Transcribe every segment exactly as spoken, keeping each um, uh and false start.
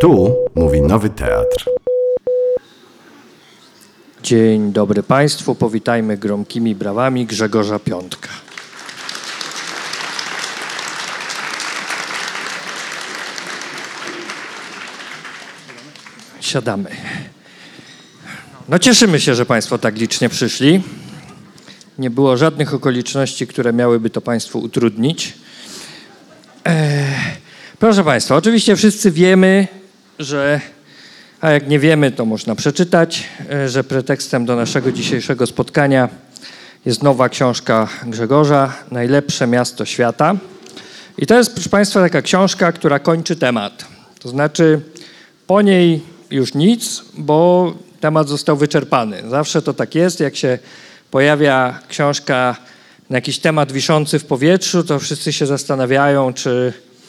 Tu mówi Nowy Teatr. Dzień dobry Państwu. Powitajmy gromkimi brawami Grzegorza Piątka. Siadamy. No cieszymy się, że Państwo tak licznie przyszli. Nie było żadnych okoliczności, które miałyby to Państwu utrudnić. Eee, proszę Państwa, oczywiście wszyscy wiemy, że, a jak nie wiemy, to można przeczytać, że pretekstem do naszego dzisiejszego spotkania jest nowa książka Grzegorza, Najlepsze miasto świata. I to jest, proszę Państwa, taka książka, która kończy temat. To znaczy po niej już nic, bo temat został wyczerpany. Zawsze to tak jest, jak się pojawia książka na jakiś temat wiszący w powietrzu, to wszyscy się zastanawiają, czy,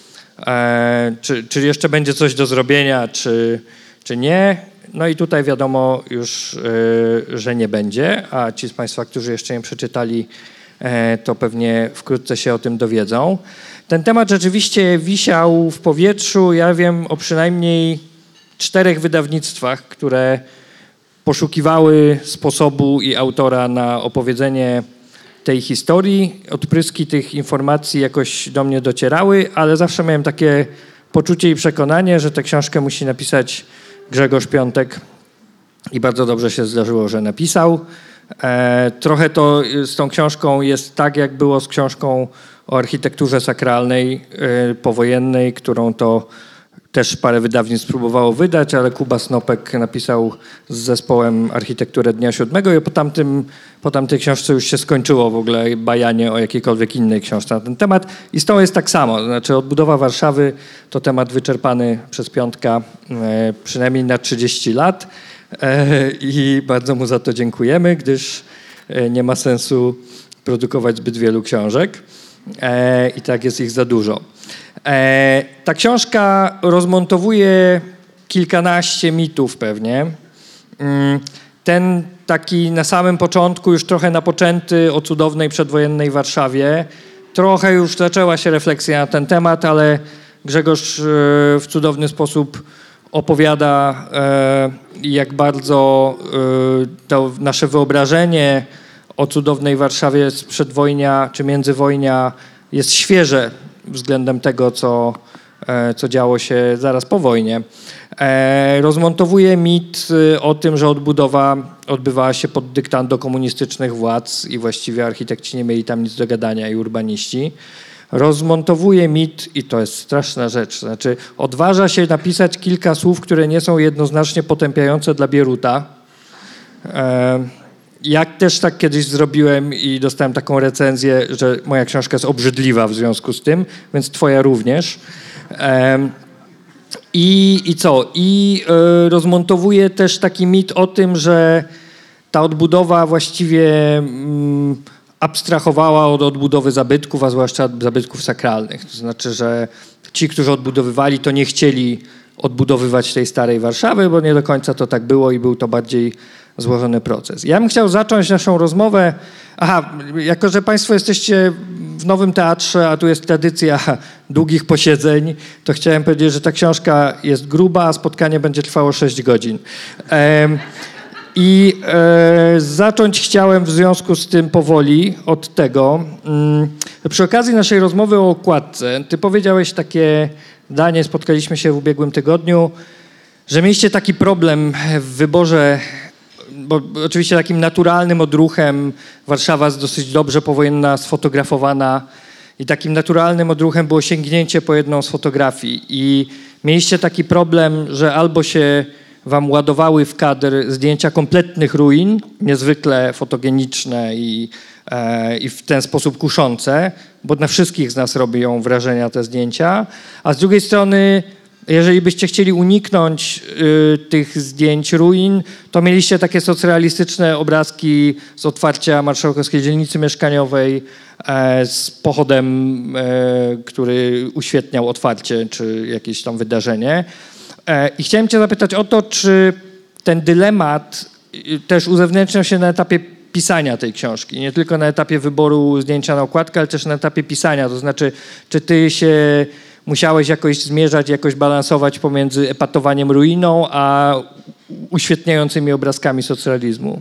e, czy, czy jeszcze będzie coś do zrobienia, czy, czy nie. No i tutaj wiadomo już, e, że nie będzie, a ci z Państwa, którzy jeszcze nie przeczytali, e, to pewnie wkrótce się o tym dowiedzą. Ten temat rzeczywiście wisiał w powietrzu. Ja wiem o przynajmniej czterech wydawnictwach, które poszukiwały sposobu i autora na opowiedzenie tej historii. Odpryski tych informacji jakoś do mnie docierały, ale zawsze miałem takie poczucie i przekonanie, że tę książkę musi napisać Grzegorz Piątek i bardzo dobrze się zdarzyło, że napisał. E, trochę to z tą książką jest tak, jak było z książką o architekturze sakralnej e, powojennej, którą to też parę wydawnictw próbowało wydać, ale Kuba Snopek napisał z zespołem Architekturę Dnia Siódmego i po, tamtym, po tamtej książce już się skończyło w ogóle bajanie o jakiejkolwiek innej książce na ten temat. I z tą jest tak samo. Znaczy odbudowa Warszawy to temat wyczerpany przez Piątka e, przynajmniej na trzydzieści lat e, i bardzo mu za to dziękujemy, gdyż e, nie ma sensu produkować zbyt wielu książek e, i tak jest ich za dużo. E, ta książka rozmontowuje kilkanaście mitów pewnie. Ten taki na samym początku, już trochę napoczęty o cudownej przedwojennej Warszawie. Trochę już zaczęła się refleksja na ten temat, ale Grzegorz e, w cudowny sposób opowiada, e, jak bardzo e, to nasze wyobrażenie o cudownej Warszawie z przedwojnia czy międzywojnia jest świeże względem tego, co, co działo się zaraz po wojnie. Rozmontowuje mit o tym, że odbudowa odbywała się pod dyktando komunistycznych władz i właściwie architekci nie mieli tam nic do gadania i urbaniści. Rozmontowuje mit, i to jest straszna rzecz, znaczy odważa się napisać kilka słów, które nie są jednoznacznie potępiające dla Bieruta. Ja też tak kiedyś zrobiłem i dostałem taką recenzję, że moja książka jest obrzydliwa w związku z tym, więc twoja również. Um, i, I co? I y, rozmontowuję też taki mit o tym, że ta odbudowa właściwie mm, abstrahowała od odbudowy zabytków, a zwłaszcza zabytków sakralnych. To znaczy, że ci, którzy odbudowywali, to nie chcieli odbudowywać tej starej Warszawy, bo nie do końca to tak było i był to bardziej złożony proces. Ja bym chciał zacząć naszą rozmowę. Aha, jako że Państwo jesteście w Nowym Teatrze, a tu jest tradycja długich posiedzeń, to chciałem powiedzieć, że ta książka jest gruba, a spotkanie będzie trwało sześć godzin. Ehm, I e, zacząć chciałem w związku z tym powoli od tego. Mm, przy okazji naszej rozmowy o okładce, ty powiedziałeś takie zdanie, spotkaliśmy się w ubiegłym tygodniu, że mieliście taki problem w wyborze, bo oczywiście takim naturalnym odruchem Warszawa jest dosyć dobrze powojenna, sfotografowana i takim naturalnym odruchem było sięgnięcie po jedną z fotografii i mieliście taki problem, że albo się wam ładowały w kadr zdjęcia kompletnych ruin, niezwykle fotogeniczne i, e, i w ten sposób kuszące, bo na wszystkich z nas robią wrażenia te zdjęcia, a z drugiej strony jeżeli byście chcieli uniknąć y, tych zdjęć ruin, to mieliście takie socrealistyczne obrazki z otwarcia marszałkowskiej dzielnicy mieszkaniowej e, z pochodem, e, który uświetniał otwarcie czy jakieś tam wydarzenie. E, I chciałem cię zapytać o to, czy ten dylemat y, też uzewnętrzniał się na etapie pisania tej książki, nie tylko na etapie wyboru zdjęcia na okładkę, ale też na etapie pisania, to znaczy, czy ty się musiałeś jakoś zmierzać, jakoś balansować pomiędzy epatowaniem ruiną, a uświetniającymi obrazkami socrealizmu.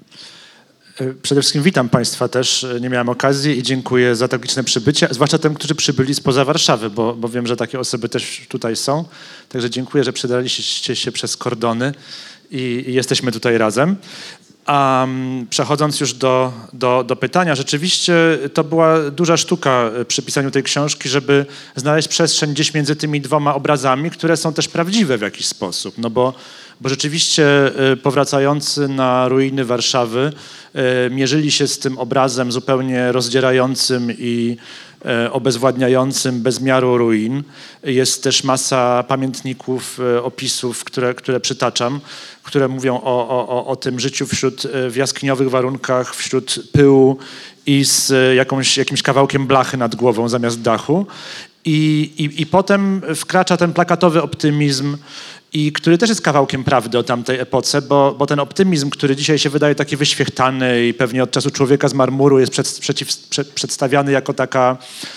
Przede wszystkim witam Państwa też, nie miałem okazji i dziękuję za tak liczne przybycie, zwłaszcza tym, którzy przybyli spoza Warszawy, bo, bo wiem, że takie osoby też tutaj są. Także dziękuję, że przedaliście się przez kordony i, i jesteśmy tutaj razem. A um, przechodząc już do, do, do pytania, rzeczywiście to była duża sztuka przy pisaniu tej książki, żeby znaleźć przestrzeń gdzieś między tymi dwoma obrazami, które są też prawdziwe w jakiś sposób, no bo Bo rzeczywiście powracający na ruiny Warszawy mierzyli się z tym obrazem zupełnie rozdzierającym i obezwładniającym bez miaru ruin. Jest też masa pamiętników, opisów, które, które przytaczam, które mówią o, o, o tym życiu wśród, w jaskiniowych warunkach, wśród pyłu i z jakąś, jakimś kawałkiem blachy nad głową zamiast dachu. I, i, i potem wkracza ten plakatowy optymizm, i który też jest kawałkiem prawdy o tamtej epoce, bo, bo ten optymizm, który dzisiaj się wydaje taki wyświechtany i pewnie od czasu Człowieka z marmuru jest przed, przeciw, przed, przedstawiany jako taka,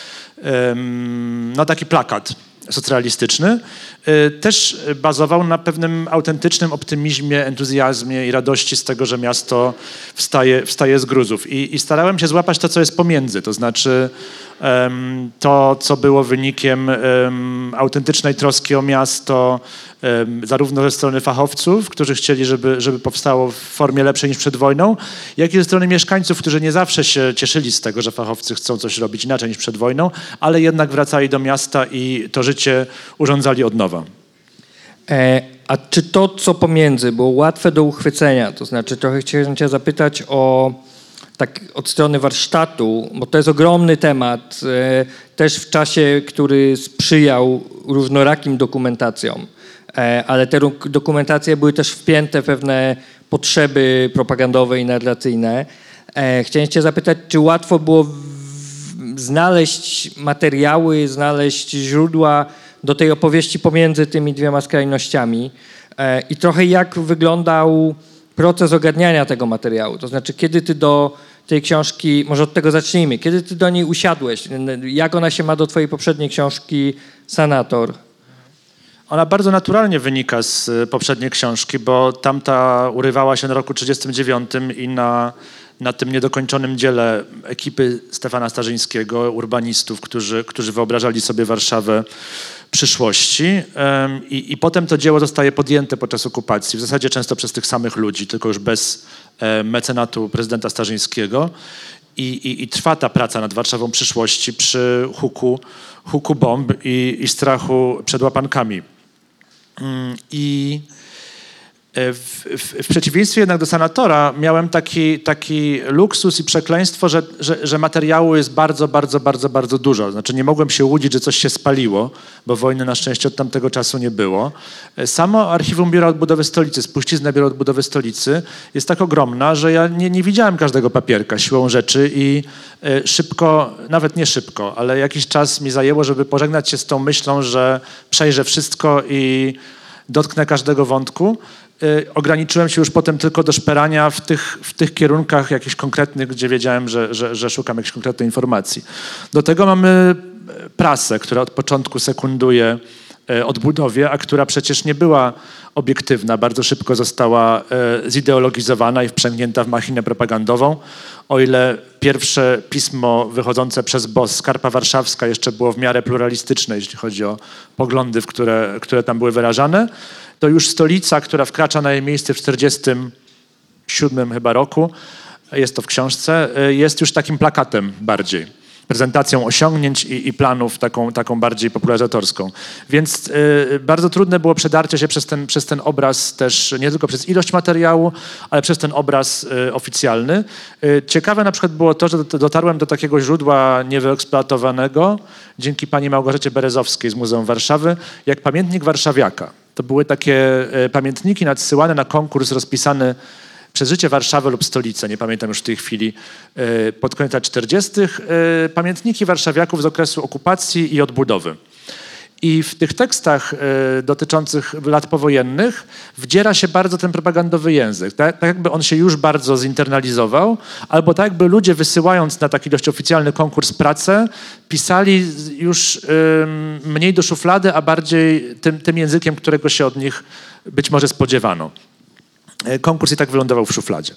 um, no taki plakat socrealistyczny, y, też bazował na pewnym autentycznym optymizmie, entuzjazmie i radości z tego, że miasto wstaje, wstaje z gruzów. I, i starałem się złapać to, co jest pomiędzy, to znaczy um, to, co było wynikiem um, autentycznej troski o miasto, um, zarówno ze strony fachowców, którzy chcieli, żeby, żeby powstało w formie lepszej niż przed wojną, jak i ze strony mieszkańców, którzy nie zawsze się cieszyli z tego, że fachowcy chcą coś robić inaczej niż przed wojną, ale jednak wracali do miasta i to życie urządzali od nowa. E, a czy to, co pomiędzy, było łatwe do uchwycenia? To znaczy, trochę chciałem cię zapytać o tak od strony warsztatu, bo to jest ogromny temat, e, też w czasie, który sprzyjał różnorakim dokumentacjom, e, ale te dokumentacje były też wpięte w pewne potrzeby propagandowe i narracyjne. E, chciałem cię zapytać, czy łatwo było w, znaleźć materiały, znaleźć źródła do tej opowieści pomiędzy tymi dwiema skrajnościami e, i trochę jak wyglądał proces ogarniania tego materiału. To znaczy, kiedy ty do tej książki, może od tego zacznijmy, kiedy ty do niej usiadłeś, jak ona się ma do twojej poprzedniej książki Sanator? Ona bardzo naturalnie wynika z poprzedniej książki, bo tamta urywała się na roku trzydziestym dziewiątym i na, na tym niedokończonym dziele ekipy Stefana Starzyńskiego, urbanistów, którzy, którzy wyobrażali sobie Warszawę przyszłości. I, I potem to dzieło zostaje podjęte podczas okupacji, w zasadzie często przez tych samych ludzi, tylko już bez mecenatu prezydenta Starzyńskiego. I, i, i trwa ta praca nad Warszawą przyszłości przy huku, huku bomb i, i strachu przed łapankami. I w, w, w przeciwieństwie jednak do Sanatora miałem taki, taki luksus i przekleństwo, że, że, że materiału jest bardzo, bardzo, bardzo, bardzo dużo. Znaczy nie mogłem się łudzić, że coś się spaliło, bo wojny na szczęście od tamtego czasu nie było. Samo archiwum Biura Odbudowy Stolicy, spuścizna Biura Odbudowy Stolicy jest tak ogromna, że ja nie, nie widziałem każdego papierka siłą rzeczy i szybko, nawet nie szybko, ale jakiś czas mi zajęło, żeby pożegnać się z tą myślą, że przejrzę wszystko i dotknę każdego wątku. Ograniczyłem się już potem tylko do szperania w tych, w tych kierunkach jakichś konkretnych, gdzie wiedziałem, że, że, że szukam jakichś konkretnej informacji. Do tego mamy prasę, która od początku sekunduje odbudowie, a która przecież nie była obiektywna, bardzo szybko została zideologizowana i wprzęgnięta w machinę propagandową. O ile pierwsze pismo wychodzące przez B O S, Skarpa Warszawska, jeszcze było w miarę pluralistyczne, jeśli chodzi o poglądy, w które, które tam były wyrażane, to już Stolica, która wkracza na jej miejsce w czterdziestym siódmym chyba roku, jest to w książce, jest już takim plakatem bardziej, prezentacją osiągnięć i, i planów taką, taką bardziej popularyzatorską. Więc y, bardzo trudne było przedarcie się przez ten, przez ten obraz też, nie tylko przez ilość materiału, ale przez ten obraz y, oficjalny. Y, ciekawe na przykład było to, że dotarłem do takiego źródła niewyeksploatowanego dzięki pani Małgorzacie Berezowskiej z Muzeum Warszawy, jak pamiętnik warszawiaka. To były takie y, pamiętniki nadsyłane na konkurs rozpisany przez życie Warszawy lub stolicę, nie pamiętam już w tej chwili, pod koniec lat czterdziestych, pamiętniki warszawiaków z okresu okupacji i odbudowy. I w tych tekstach y, dotyczących lat powojennych wdziera się bardzo ten propagandowy język. Tak, tak jakby on się już bardzo zinternalizował, albo tak jakby ludzie wysyłając na taki dość oficjalny konkurs pracę, pisali już y, mniej do szuflady, a bardziej tym, tym językiem, którego się od nich być może spodziewano. Y, konkurs i tak wylądował w szufladzie.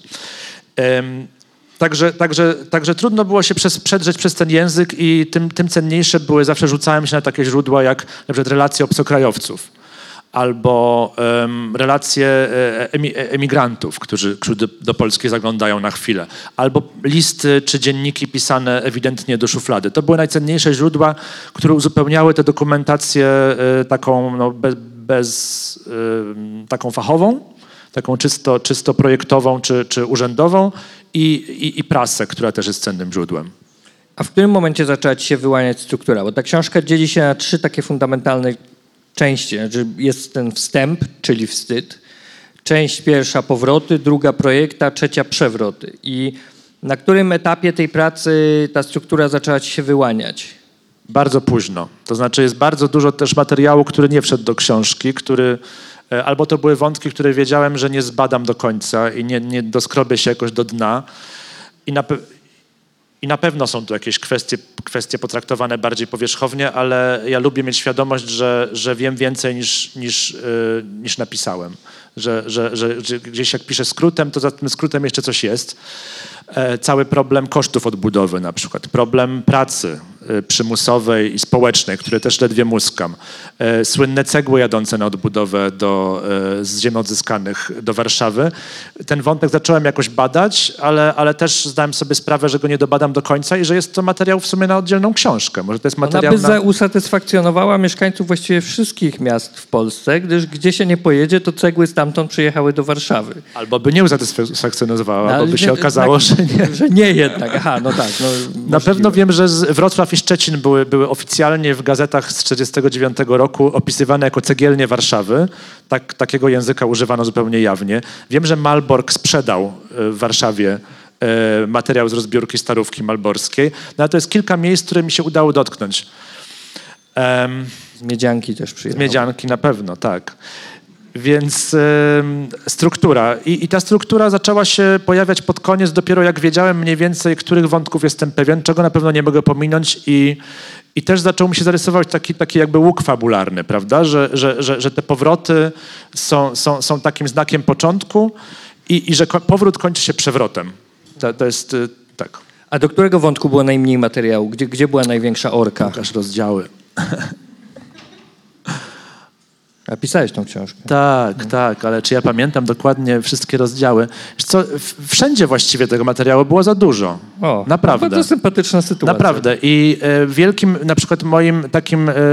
Y, Także, także, także trudno było się przez, przedrzeć przez ten język i tym, tym cenniejsze były, zawsze rzucałem się na takie źródła jak na przykład relacje obcokrajowców albo um, relacje emi, emigrantów, którzy, którzy do, do Polski zaglądają na chwilę, albo listy czy dzienniki pisane ewidentnie do szuflady. To były najcenniejsze źródła, które uzupełniały tę dokumentację y, taką no, bez, bez y, taką fachową, taką czysto, czysto projektową czy, czy urzędową i, i, i prasę, która też jest cennym źródłem. A w którym momencie zaczęła ci się wyłaniać struktura? Bo ta książka dzieli się na trzy takie fundamentalne części. Znaczy jest ten wstęp, czyli wstyd. Część pierwsza powroty, druga projekta, trzecia przewroty. I na którym etapie tej pracy ta struktura zaczęła ci się wyłaniać? Bardzo późno. To znaczy jest bardzo dużo też materiału, który nie wszedł do książki, który albo to były wątki, które wiedziałem, że nie zbadam do końca i nie, nie doskrobię się jakoś do dna. I na, pe- i na pewno są tu jakieś kwestie, kwestie potraktowane bardziej powierzchownie, ale ja lubię mieć świadomość, że, że wiem więcej niż, niż, yy, niż napisałem. Że, że, że, że gdzieś jak piszę skrótem, to za tym skrótem jeszcze coś jest. E, cały problem kosztów odbudowy na przykład, problem pracy e, przymusowej i społecznej, które też ledwie muskam. E, słynne cegły jadące na odbudowę do, e, z ziem odzyskanych do Warszawy. Ten wątek zacząłem jakoś badać, ale, ale też zdałem sobie sprawę, że go nie dobadam do końca i że jest to materiał w sumie na oddzielną książkę. Może to jest materiał Ona by na... usatysfakcjonowała mieszkańców właściwie wszystkich miast w Polsce, gdyż gdzie się nie pojedzie, to cegły stamtąd przyjechały do Warszawy. Albo by nie usatysfakcjonowała, No, albo by się nie, okazało, tak, że nie. Że nie jednak. Aha, no tak. No, Na możliwe. pewno wiem, że z Wrocław i Szczecin były, były oficjalnie w gazetach z tysiąc dziewięćset trzydziestego dziewiątego roku opisywane jako cegielnie Warszawy. Tak, takiego języka używano zupełnie jawnie. Wiem, że Malbork sprzedał w Warszawie e, materiał z rozbiórki Starówki Malborskiej. No ale to jest kilka miejsc, które mi się udało dotknąć. Um, Z Miedzianki też z przyjechały. Miedzianki na pewno, tak. Więc y, struktura. I, I ta struktura zaczęła się pojawiać pod koniec, dopiero jak wiedziałem mniej więcej, których wątków jestem pewien, czego na pewno nie mogę pominąć i, i też zaczął mi się zarysować taki, taki jakby łuk fabularny, prawda, że, że, że, że te powroty są, są, są takim znakiem początku i, i że ko- powrót kończy się przewrotem. To, to jest y, tak. A do którego wątku było najmniej materiału? Gdzie, gdzie była największa orka? Pokaż rozdziały. A pisałeś tą książkę. Tak, no. tak, ale czy ja pamiętam dokładnie wszystkie rozdziały? Wiesz co, w, wszędzie właściwie tego materiału było za dużo. O, naprawdę. Bardzo sympatyczna sytuacja. Naprawdę. I e, wielkim, na przykład moim takim e, e,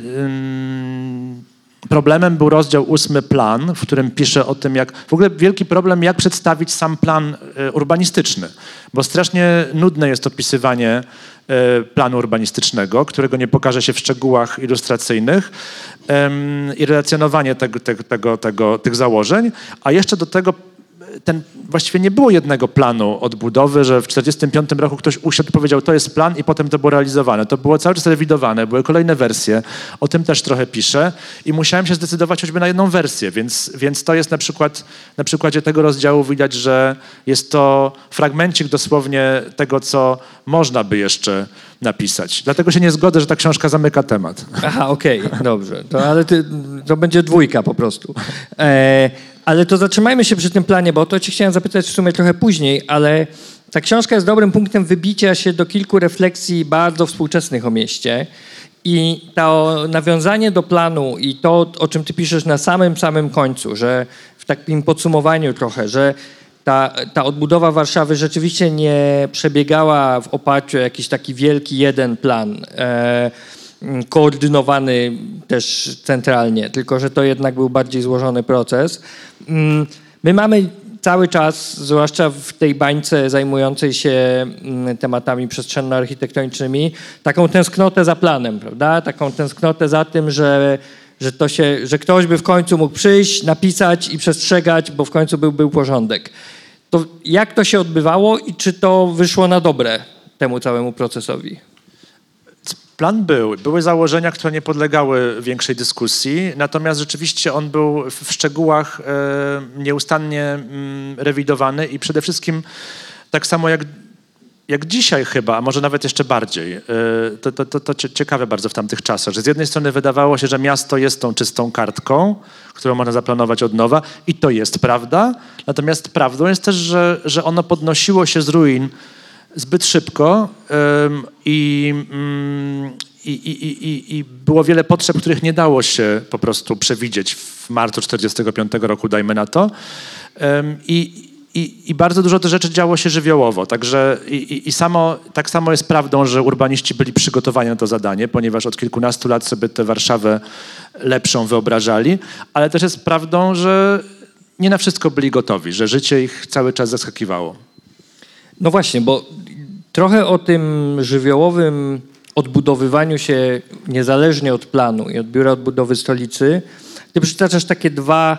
problemem był rozdział ósmy plan, w którym piszę o tym, jak w ogóle wielki problem, jak przedstawić sam plan e, urbanistyczny. Bo strasznie nudne jest opisywanie e, planu urbanistycznego, którego nie pokaże się w szczegółach ilustracyjnych e, i relacjonowanie tego, tego, tego, tego, tych założeń, a jeszcze do tego ten, właściwie nie było jednego planu odbudowy, że w czterdziestym piątym roku ktoś usiadł i powiedział, to jest plan i potem to było realizowane. To było cały czas rewidowane, były kolejne wersje. O tym też trochę piszę i musiałem się zdecydować choćby na jedną wersję, więc, więc to jest na przykład, na przykładzie tego rozdziału widać, że jest to fragmencik dosłownie tego, co można by jeszcze napisać. Dlatego się nie zgodzę, że ta książka zamyka temat. Aha, okej, okay, dobrze. To, ale ty, to będzie dwójka po prostu. E, ale to zatrzymajmy się przy tym planie, bo o to ci chciałem zapytać w sumie trochę później, ale ta książka jest dobrym punktem wybicia się do kilku refleksji bardzo współczesnych o mieście. I to nawiązanie do planu i to, o czym ty piszesz na samym, samym końcu, że w takim podsumowaniu trochę, że ta, ta odbudowa Warszawy rzeczywiście nie przebiegała w oparciu o jakiś taki wielki jeden plan, e, koordynowany też centralnie, tylko że to jednak był bardziej złożony proces. My mamy cały czas, zwłaszcza w tej bańce zajmującej się tematami przestrzenno-architektonicznymi, taką tęsknotę za planem, prawda? Taką tęsknotę za tym, że Że, to się, że ktoś by w końcu mógł przyjść, napisać i przestrzegać, bo w końcu był, był porządek. To jak to się odbywało i czy to wyszło na dobre temu całemu procesowi? Plan był. Były założenia, które nie podlegały większej dyskusji, natomiast rzeczywiście on był w szczegółach e, nieustannie mm, rewidowany i przede wszystkim tak samo jak, jak dzisiaj chyba, a może nawet jeszcze bardziej. E, to, to, to, to ciekawe bardzo w tamtych czasach, że z jednej strony wydawało się, że miasto jest tą czystą kartką, którą można zaplanować od nowa i to jest prawda, natomiast prawdą jest też, że, że ono podnosiło się z ruin zbyt szybko um, i, um, i, i, i, i było wiele potrzeb, których nie dało się po prostu przewidzieć w marcu czterdziestego piątego roku, dajmy na to. Um, i, i, I bardzo dużo tych rzeczy działo się żywiołowo. Także i, i, i samo, tak samo jest prawdą, że urbaniści byli przygotowani na to zadanie, ponieważ od kilkunastu lat sobie tę Warszawę lepszą wyobrażali, ale też jest prawdą, że nie na wszystko byli gotowi, że życie ich cały czas zaskakiwało. No właśnie, bo trochę o tym żywiołowym odbudowywaniu się niezależnie od planu i od Biura Odbudowy Stolicy, ty przytaczasz takie dwa,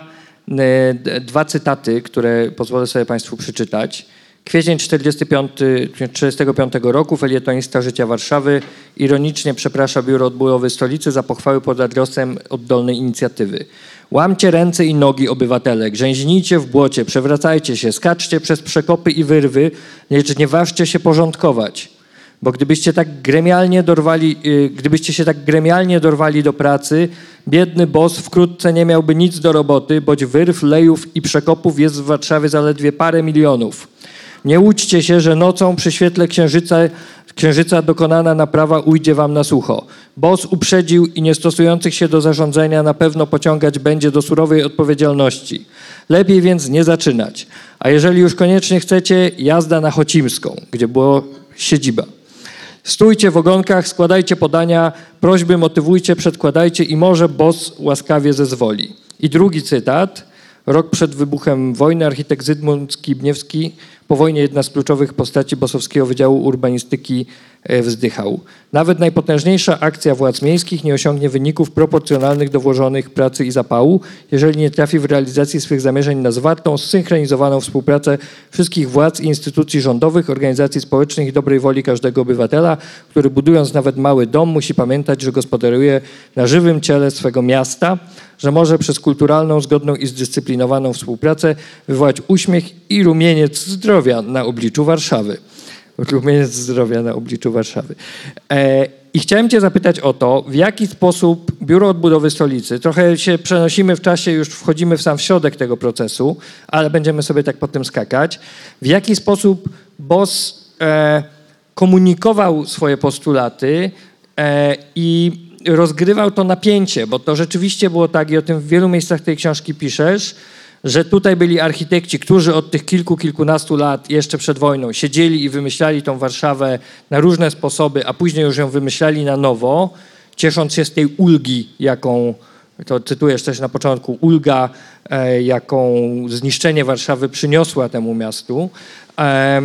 e, dwa cytaty, które pozwolę sobie Państwu przeczytać. Kwiecień czterdziestego piątego roku, felietonista Życia Warszawy ironicznie przeprasza Biuro Odbudowy Stolicy za pochwały pod adresem oddolnej inicjatywy. Łamcie ręce i nogi, obywatele, grzęźnijcie w błocie, przewracajcie się, skaczcie przez przekopy i wyrwy, lecz nie ważcie się porządkować, bo gdybyście tak gremialnie dorwali, yy, gdybyście się tak gremialnie dorwali do pracy, biedny boss wkrótce nie miałby nic do roboty, boć wyrw, lejów i przekopów jest w Warszawie zaledwie parę milionów. Nie łudźcie się, że nocą przy świetle księżyca, księżyca dokonana naprawa ujdzie wam na sucho. Boss uprzedził i niestosujących się do zarządzania na pewno pociągać będzie do surowej odpowiedzialności. Lepiej więc nie zaczynać. A jeżeli już koniecznie chcecie, jazda na Chocimską, gdzie była siedziba. Stójcie w ogonkach, składajcie podania, prośby motywujcie, przedkładajcie i może boss łaskawie zezwoli. I drugi cytat. Rok przed wybuchem wojny architekt Zygmunt Skibniewski, po wojnie jedna z kluczowych postaci Bossowskiego Wydziału Urbanistyki, wzdychał. Nawet najpotężniejsza akcja władz miejskich nie osiągnie wyników proporcjonalnych do włożonych pracy i zapału, jeżeli nie trafi w realizacji swych zamierzeń na zwartą, zsynchronizowaną współpracę wszystkich władz i instytucji rządowych, organizacji społecznych i dobrej woli każdego obywatela, który budując nawet mały dom musi pamiętać, że gospodaruje na żywym ciele swego miasta, że może przez kulturalną, zgodną i zdyscyplinowaną współpracę wywołać uśmiech i rumieniec zdrowia na obliczu Warszawy. Rumieniec zdrowia na obliczu Warszawy. E, I chciałem cię zapytać o to, w jaki sposób Biuro Odbudowy Stolicy, trochę się przenosimy w czasie, już wchodzimy w sam środek tego procesu, ale będziemy sobie tak po tym skakać, w jaki sposób boss e, komunikował swoje postulaty e, i rozgrywał to napięcie, bo to rzeczywiście było tak i o tym w wielu miejscach tej książki piszesz, że tutaj byli architekci, którzy od tych kilku, kilkunastu lat jeszcze przed wojną siedzieli i wymyślali tą Warszawę na różne sposoby, a później już ją wymyślali na nowo, ciesząc się z tej ulgi, jaką, to cytujesz też na początku, ulga, e, jaką zniszczenie Warszawy przyniosła temu miastu. E,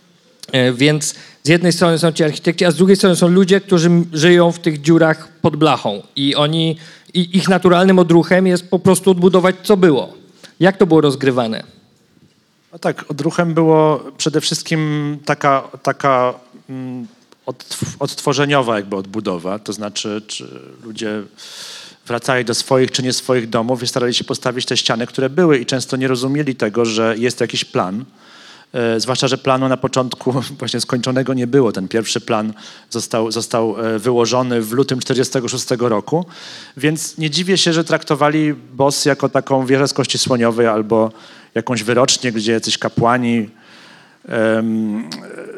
e, więc z jednej strony są ci architekci, a z drugiej strony są ludzie, którzy żyją w tych dziurach pod blachą i oni, i ich naturalnym odruchem jest po prostu odbudować, co było. Jak to było rozgrywane? No tak, odruchem było przede wszystkim taka, taka mm, odtworzeniowa jakby odbudowa, to znaczy czy ludzie wracali do swoich czy nie swoich domów i starali się postawić te ściany, które były i często nie rozumieli tego, że jest jakiś plan. E, zwłaszcza, że planu na początku właśnie skończonego nie było. Ten pierwszy plan został, został wyłożony w lutym czterdziestego szóstego roku, więc nie dziwię się, że traktowali boss jako taką wieżę z kości słoniowej albo jakąś wyrocznię, gdzie jacyś kapłani um,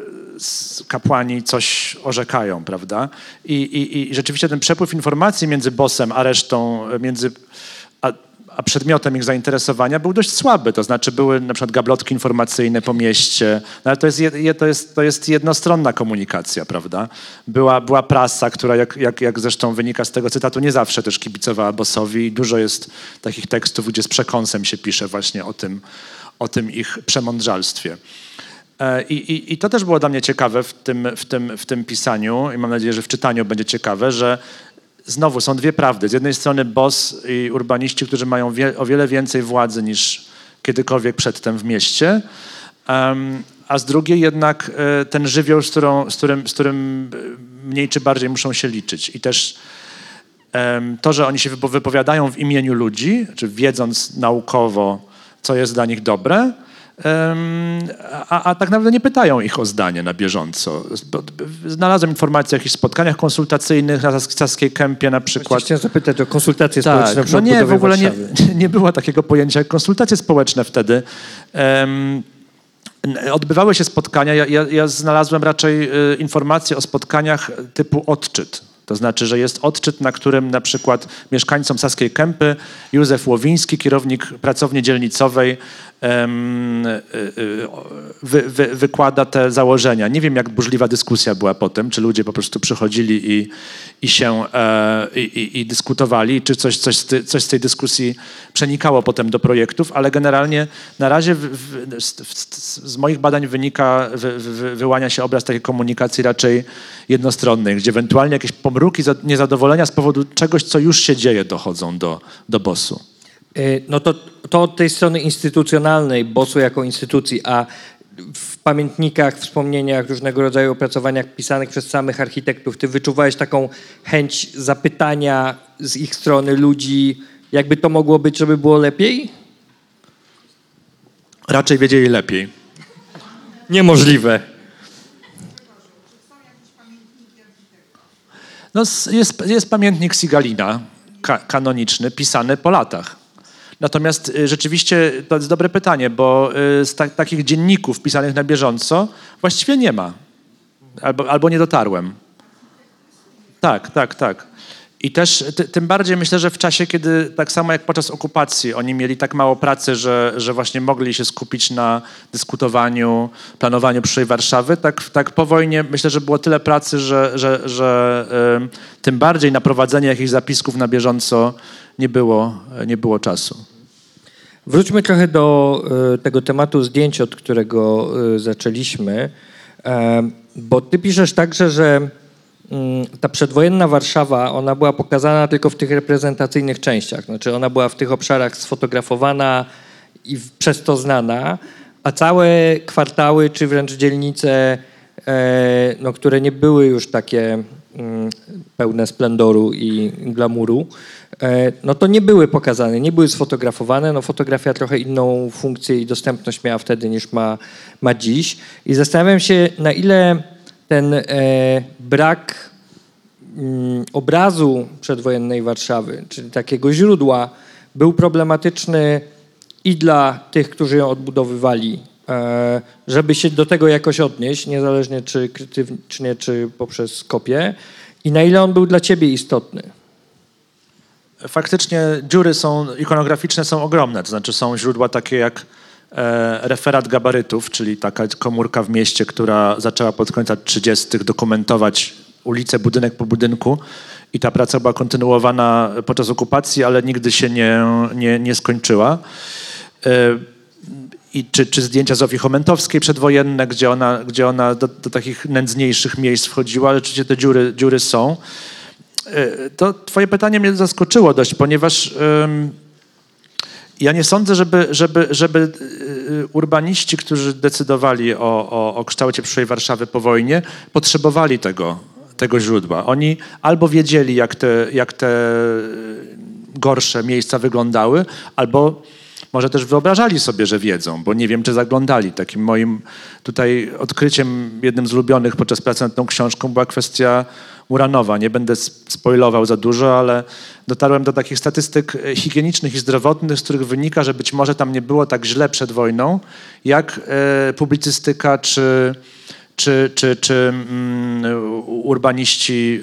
kapłani coś orzekają, prawda? I, i, i rzeczywiście ten przepływ informacji między bossem a resztą, między a, a przedmiotem ich zainteresowania był dość słaby. To znaczy były na przykład gablotki informacyjne po mieście, no ale to jest, je, to jest, to jest jednostronna komunikacja, prawda? Była, była prasa, która jak, jak, jak zresztą wynika z tego cytatu, nie zawsze też kibicowała bossowi i dużo jest takich tekstów, gdzie z przekąsem się pisze właśnie o tym, o tym ich przemądrzalstwie. I, i, I to też było dla mnie ciekawe w tym, w, tym, w tym pisaniu i mam nadzieję, że w czytaniu będzie ciekawe, że znowu są dwie prawdy. Z jednej strony boss i urbaniści, którzy mają wie, o wiele więcej władzy niż kiedykolwiek przedtem w mieście Um, a z drugiej jednak e, ten żywioł, z, którą, z, którym, z którym mniej czy bardziej muszą się liczyć. I też em, to, że oni się wypo- wypowiadają w imieniu ludzi, czy wiedząc naukowo, co jest dla nich dobre, A, a tak naprawdę nie pytają ich o zdanie na bieżąco. Znalazłem informacje o jakichś spotkaniach konsultacyjnych na Saskiej Kępie na przykład. Chciałem zapytać o konsultacje tak, społeczne przy no nie, w ogóle nie, Warszawy. nie było takiego pojęcia jak konsultacje społeczne wtedy. Um, odbywały się spotkania, ja, ja, ja znalazłem raczej y, informacje o spotkaniach typu odczyt. To znaczy, że jest odczyt, na którym na przykład mieszkańcom Saskiej Kępy Józef Łowiński, kierownik pracowni dzielnicowej, em, y, y, wy, wy, wykłada te założenia. Nie wiem, jak burzliwa dyskusja była potem, czy ludzie po prostu przychodzili i, i się e, i, i dyskutowali, czy coś, coś, z ty, coś z tej dyskusji przenikało potem do projektów, ale generalnie na razie w, w, z, z moich badań wynika, wy, wy, wyłania się obraz takiej komunikacji raczej jednostronnej, gdzie ewentualnie jakieś pomruki niezadowolenia z powodu czegoś, co już się dzieje, dochodzą do, do bosu. No to, to od tej strony instytucjonalnej, bosu jako instytucji, a w pamiętnikach, wspomnieniach, różnego rodzaju opracowaniach pisanych przez samych architektów, ty wyczuwałeś taką chęć zapytania z ich strony ludzi, jakby to mogło być, żeby było lepiej? Raczej wiedzieli lepiej. Niemożliwe. No, jest, jest pamiętnik Sigalina, ka, kanoniczny, pisany po latach. Natomiast y, rzeczywiście to jest dobre pytanie, bo y, z ta, takich dzienników pisanych na bieżąco właściwie nie ma. Albo, albo nie dotarłem. Tak, tak, tak. I też ty, tym bardziej myślę, że w czasie, kiedy tak samo jak podczas okupacji oni mieli tak mało pracy, że, że właśnie mogli się skupić na dyskutowaniu, planowaniu przyszłej Warszawy, tak, tak po wojnie myślę, że było tyle pracy, że, że, że y, tym bardziej na prowadzenie jakichś zapisków na bieżąco nie było, nie było czasu. Wróćmy trochę do y, tego tematu zdjęć, od którego y, zaczęliśmy, e, bo ty piszesz także, że ta przedwojenna Warszawa, ona była pokazana tylko w tych reprezentacyjnych częściach. Znaczy ona była w tych obszarach sfotografowana i przez to znana, a całe kwartały, czy wręcz dzielnice, e, no, które nie były już takie mm, pełne splendoru i glamuru, e, no to nie były pokazane, nie były sfotografowane. No fotografia trochę inną funkcję i dostępność miała wtedy niż ma, ma dziś. I zastanawiam się, na ile ten e, brak m, obrazu przedwojennej Warszawy, czyli takiego źródła, był problematyczny i dla tych, którzy ją odbudowywali, e, żeby się do tego jakoś odnieść, niezależnie czy krytycznie, czy poprzez kopię, i na ile on był dla ciebie istotny. Faktycznie dziury są ikonograficzne, są ogromne, to znaczy są źródła takie jak e, referat gabarytów, czyli taka komórka w mieście, która zaczęła pod koniec lat trzydziestych dokumentować ulicę, budynek po budynku, i ta praca była kontynuowana podczas okupacji, ale nigdy się nie, nie, nie skończyła. E, I czy, czy zdjęcia Zofii Chomentowskiej przedwojenne, gdzie ona, gdzie ona do, do takich nędzniejszych miejsc wchodziła, ale rzeczywiście te dziury, dziury są. To twoje pytanie mnie zaskoczyło dość, ponieważ um, ja nie sądzę, żeby, żeby, żeby urbaniści, którzy decydowali o, o, o kształcie przyszłej Warszawy po wojnie, potrzebowali tego, tego źródła. Oni albo wiedzieli, jak te, jak te gorsze miejsca wyglądały, albo może też wyobrażali sobie, że wiedzą, bo nie wiem, czy zaglądali. Takim moim tutaj odkryciem, jednym z ulubionych podczas pracy nad tą książką, była kwestia Muranowa. Nie będę spoilował za dużo, ale dotarłem do takich statystyk higienicznych i zdrowotnych, z których wynika, że być może tam nie było tak źle przed wojną, jak e, publicystyka czy, czy, czy, czy mm, urbaniści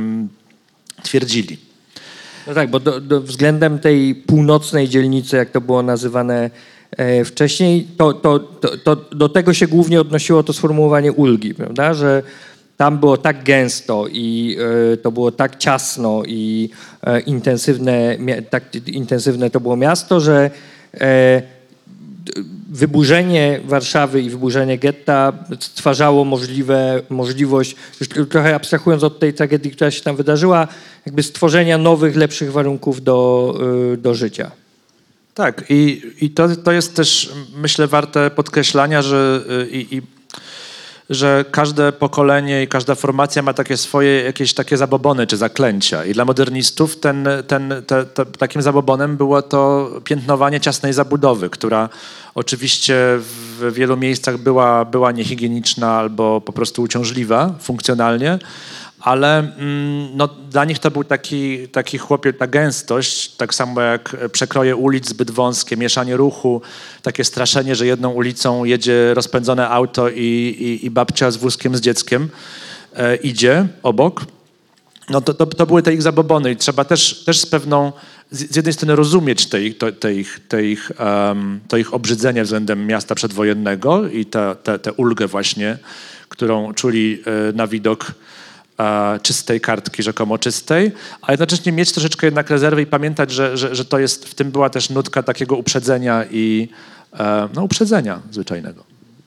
y, twierdzili. No tak, bo do, do względem tej północnej dzielnicy, jak to było nazywane e, wcześniej, to, to, to, to do tego się głównie odnosiło to sformułowanie ulgi, prawda? Że tam było tak gęsto i e, to było tak ciasno i e, intensywne, mia, tak intensywne to było miasto, że e, wyburzenie Warszawy i wyburzenie getta stwarzało możliwe, możliwość, już trochę abstrahując od tej tragedii, która się tam wydarzyła, jakby stworzenia nowych, lepszych warunków do, do życia. Tak, i, i to, to jest też, myślę, warte podkreślania, że, i, i, że każde pokolenie i każda formacja ma takie swoje jakieś takie zabobony czy zaklęcia. I dla modernistów ten, ten, te, te, takim zabobonem było to piętnowanie ciasnej zabudowy, która oczywiście w wielu miejscach była, była niehigieniczna albo po prostu uciążliwa funkcjonalnie, ale mm, no, dla nich to był taki, taki chłopiec, ta gęstość, tak samo jak przekroje ulic zbyt wąskie, mieszanie ruchu, takie straszenie, że jedną ulicą jedzie rozpędzone auto i, i, i babcia z wózkiem z dzieckiem e, idzie obok. No to, to, to były te ich zabobony i trzeba też, też z pewną, z jednej strony rozumieć te ich, te, te ich, te ich, um, to ich obrzydzenie względem miasta przedwojennego i tę te, te ulgę właśnie, którą czuli e, na widok czystej kartki, rzekomo czystej, a jednocześnie mieć troszeczkę jednak rezerwy i pamiętać, że, że, że to jest, w tym była też nutka takiego uprzedzenia i e, no, uprzedzenia zwyczajnego.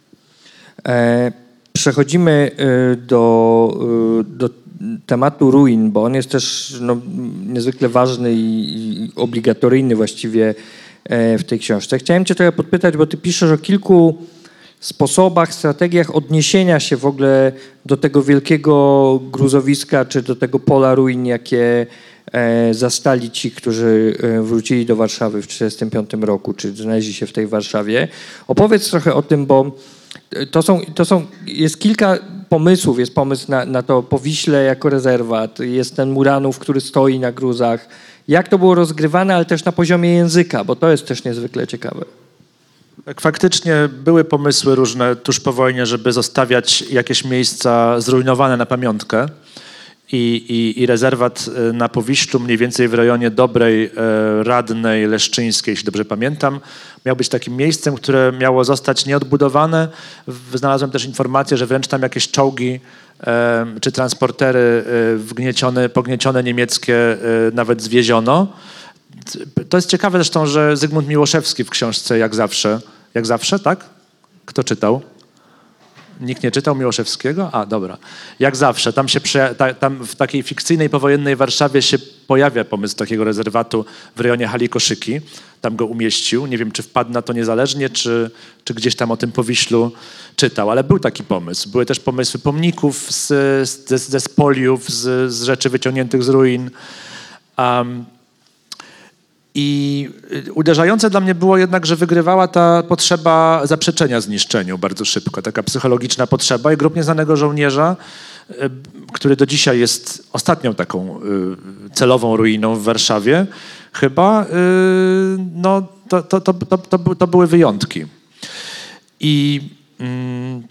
E, przechodzimy e, do, e, do tematu ruin, bo on jest też no, niezwykle ważny i, i obligatoryjny właściwie e, w tej książce. Chciałem cię trochę podpytać, bo ty piszesz o kilku sposobach, strategiach odniesienia się w ogóle do tego wielkiego gruzowiska, czy do tego pola ruin, jakie e, zastali ci, którzy e, wrócili do Warszawy w tysiąc dziewięćset trzydziestym piątym roku, czy znaleźli się w tej Warszawie. Opowiedz trochę o tym, bo to są, to są, jest kilka pomysłów. Jest pomysł na, na to Powiśle jako rezerwat, jest ten Muranów, który stoi na gruzach. Jak to było rozgrywane, ale też na poziomie języka, bo to jest też niezwykle ciekawe. Tak, faktycznie były pomysły różne tuż po wojnie, żeby zostawiać jakieś miejsca zrujnowane na pamiątkę i, i, i rezerwat na Powiślu, mniej więcej w rejonie Dobrej, Radnej, Leszczyńskiej, jeśli dobrze pamiętam, miał być takim miejscem, które miało zostać nieodbudowane. Znalazłem też informację, że wręcz tam jakieś czołgi czy transportery wgniecione, pogniecione niemieckie nawet zwieziono. To jest ciekawe zresztą, że Zygmunt Miłoszewski w książce Jak zawsze, jak zawsze, tak? Kto czytał? Nikt nie czytał Miłoszewskiego? A, dobra. Jak zawsze, tam, się prze, ta, tam w takiej fikcyjnej powojennej Warszawie się pojawia pomysł takiego rezerwatu w rejonie Hali Koszyki. Tam go umieścił. Nie wiem, czy wpadł na to niezależnie, czy, czy gdzieś tam o tym Powiślu czytał, ale był taki pomysł. Były też pomysły pomników z, z, ze spoliów, z, z rzeczy wyciągniętych z ruin. Um, I uderzające dla mnie było jednak, że wygrywała ta potrzeba zaprzeczenia zniszczeniu bardzo szybko, taka psychologiczna potrzeba i Grób Nieznanego Żołnierza, który do dzisiaj jest ostatnią taką celową ruiną w Warszawie, chyba, no to, to, to, to, to, to były wyjątki. I... Mm,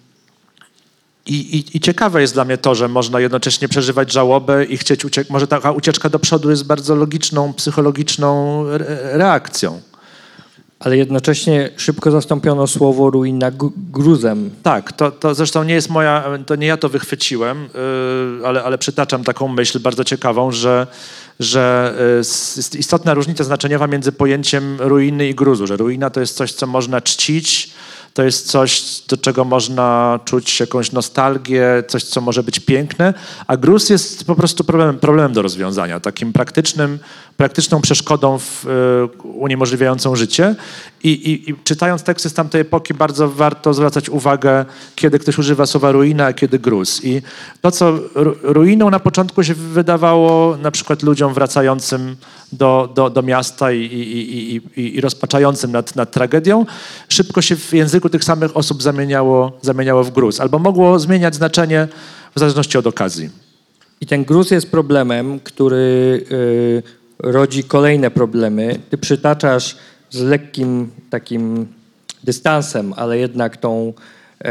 I, i, I ciekawe jest dla mnie to, że można jednocześnie przeżywać żałobę i chcieć uciec- może taka ucieczka do przodu jest bardzo logiczną, psychologiczną re- reakcją. Ale jednocześnie szybko zastąpiono słowo ruina g- gruzem. Tak, to, to zresztą nie jest moja, to nie ja to wychwyciłem, yy, ale, ale przytaczam taką myśl bardzo ciekawą, że, że jest istotna różnica znaczeniowa między pojęciem ruiny i gruzu, że ruina to jest coś, co można czcić, to jest coś, do czego można czuć jakąś nostalgię, coś, co może być piękne, a gruz jest po prostu problemem, problemem do rozwiązania, takim praktycznym, praktyczną przeszkodą w, y, uniemożliwiającą życie. I, i, I czytając teksty z tamtej epoki bardzo warto zwracać uwagę, kiedy ktoś używa słowa ruina, a kiedy gruz. I to, co ru, ruiną na początku się wydawało na przykład ludziom wracającym do, do, do miasta i, i, i, i, i rozpaczającym nad, nad tragedią, szybko się w języku tych samych osób zamieniało, zamieniało w gruz. Albo mogło zmieniać znaczenie w zależności od okazji. I ten gruz jest problemem, który y, rodzi kolejne problemy. Ty przytaczasz z lekkim takim dystansem, ale jednak tą, e,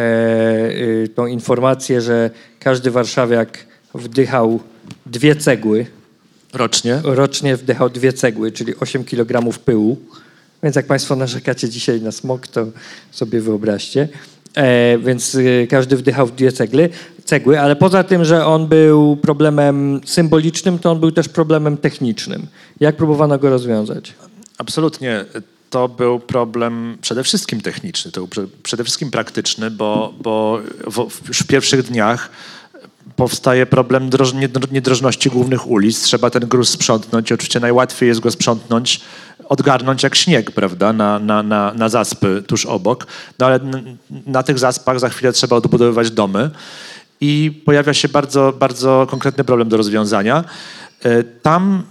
y, tą informację, że każdy warszawiak wdychał dwie cegły. Rocznie? Rocznie wdychał dwie cegły, czyli osiem kilogramów pyłu. Więc jak państwo narzekacie dzisiaj na smog, to sobie wyobraźcie. E, więc y, każdy wdychał w dwie cegły, cegły, ale poza tym, że on był problemem symbolicznym, to on był też problemem technicznym. Jak próbowano go rozwiązać? Absolutnie. To był problem przede wszystkim techniczny, to był przede wszystkim praktyczny, bo, bo w, już w pierwszych dniach powstaje problem droż, niedrożności głównych ulic. Trzeba ten gruz sprzątnąć. Oczywiście najłatwiej jest go sprzątnąć odgarnąć jak śnieg, prawda, na, na, na, na zaspy tuż obok. No ale na, na tych zaspach za chwilę trzeba odbudowywać domy i pojawia się bardzo, bardzo konkretny problem do rozwiązania. Tam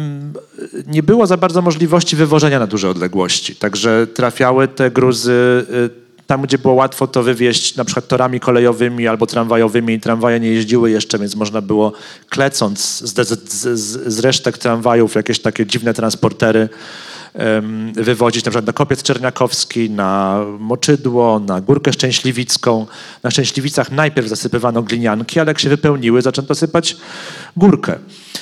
nie było za bardzo możliwości wywożenia na duże odległości, także trafiały te gruzy tam, gdzie było łatwo to wywieźć na przykład torami kolejowymi albo tramwajowymi. Tramwaje nie jeździły jeszcze, więc można było klecąc z, z, z, z resztek tramwajów jakieś takie dziwne transportery um, wywozić na przykład na Kopiec Czerniakowski, na Moczydło, na Górkę Szczęśliwicką. Na Szczęśliwicach najpierw zasypywano glinianki, ale jak się wypełniły, zaczęto sypać górkę.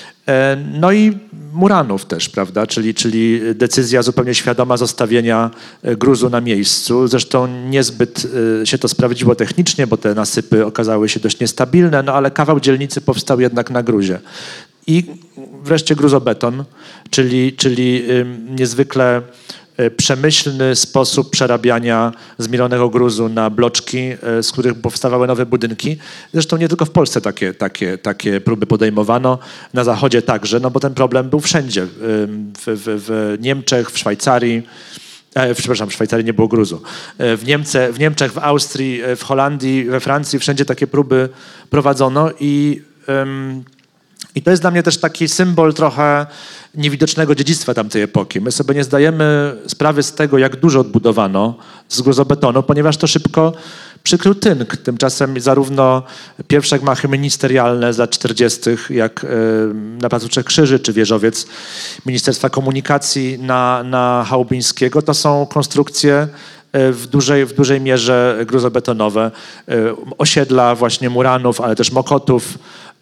No i Muranów też, prawda, czyli, czyli decyzja zupełnie świadoma zostawienia gruzu na miejscu. Zresztą niezbyt się to sprawdziło technicznie, bo te nasypy okazały się dość niestabilne, no ale kawał dzielnicy powstał jednak na gruzie. I wreszcie gruzobeton, czyli, czyli niezwykle przemyślny sposób przerabiania zmielonego gruzu na bloczki, z których powstawały nowe budynki. Zresztą nie tylko w Polsce takie, takie, takie próby podejmowano, na Zachodzie także, no bo ten problem był wszędzie. W, w, w Niemczech, w Szwajcarii, e, przepraszam, w Szwajcarii nie było gruzu. W, Niemce, w Niemczech, w Austrii, w Holandii, we Francji, wszędzie takie próby prowadzono i um, I to jest dla mnie też taki symbol trochę niewidocznego dziedzictwa tamtej epoki. My sobie nie zdajemy sprawy z tego, jak dużo odbudowano z gruzobetonu, ponieważ to szybko przykrył tynk. Tymczasem zarówno pierwsze gmachy ministerialne z lat czterdziestych, jak na Placu Trzech Krzyży, czy wieżowiec Ministerstwa Komunikacji na, na Chałubińskiego, to są konstrukcje w dużej, w dużej mierze gruzobetonowe. Osiedla właśnie Muranów, ale też Mokotów,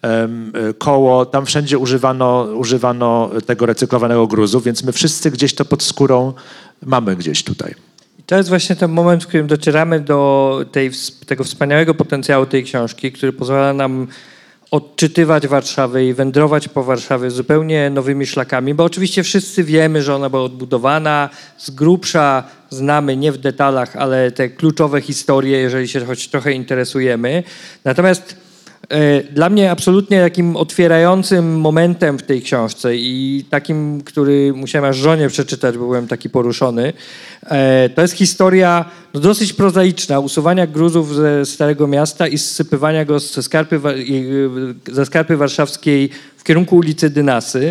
Koło, tam wszędzie używano, używano tego recyklowanego gruzu, więc my wszyscy gdzieś to pod skórą mamy gdzieś tutaj. To jest właśnie ten moment, w którym docieramy do tej, tego wspaniałego potencjału tej książki, który pozwala nam odczytywać Warszawę i wędrować po Warszawie zupełnie nowymi szlakami, bo oczywiście wszyscy wiemy, że ona była odbudowana, z grubsza znamy, nie w detalach, ale te kluczowe historie, jeżeli się choć trochę interesujemy. Natomiast dla mnie absolutnie takim otwierającym momentem w tej książce i takim, który musiałem aż żonie przeczytać, bo byłem taki poruszony, to jest historia no, dosyć prozaiczna, usuwania gruzów ze Starego Miasta i zsypywania go ze skarpy, ze skarpy warszawskiej w kierunku ulicy Dynasy.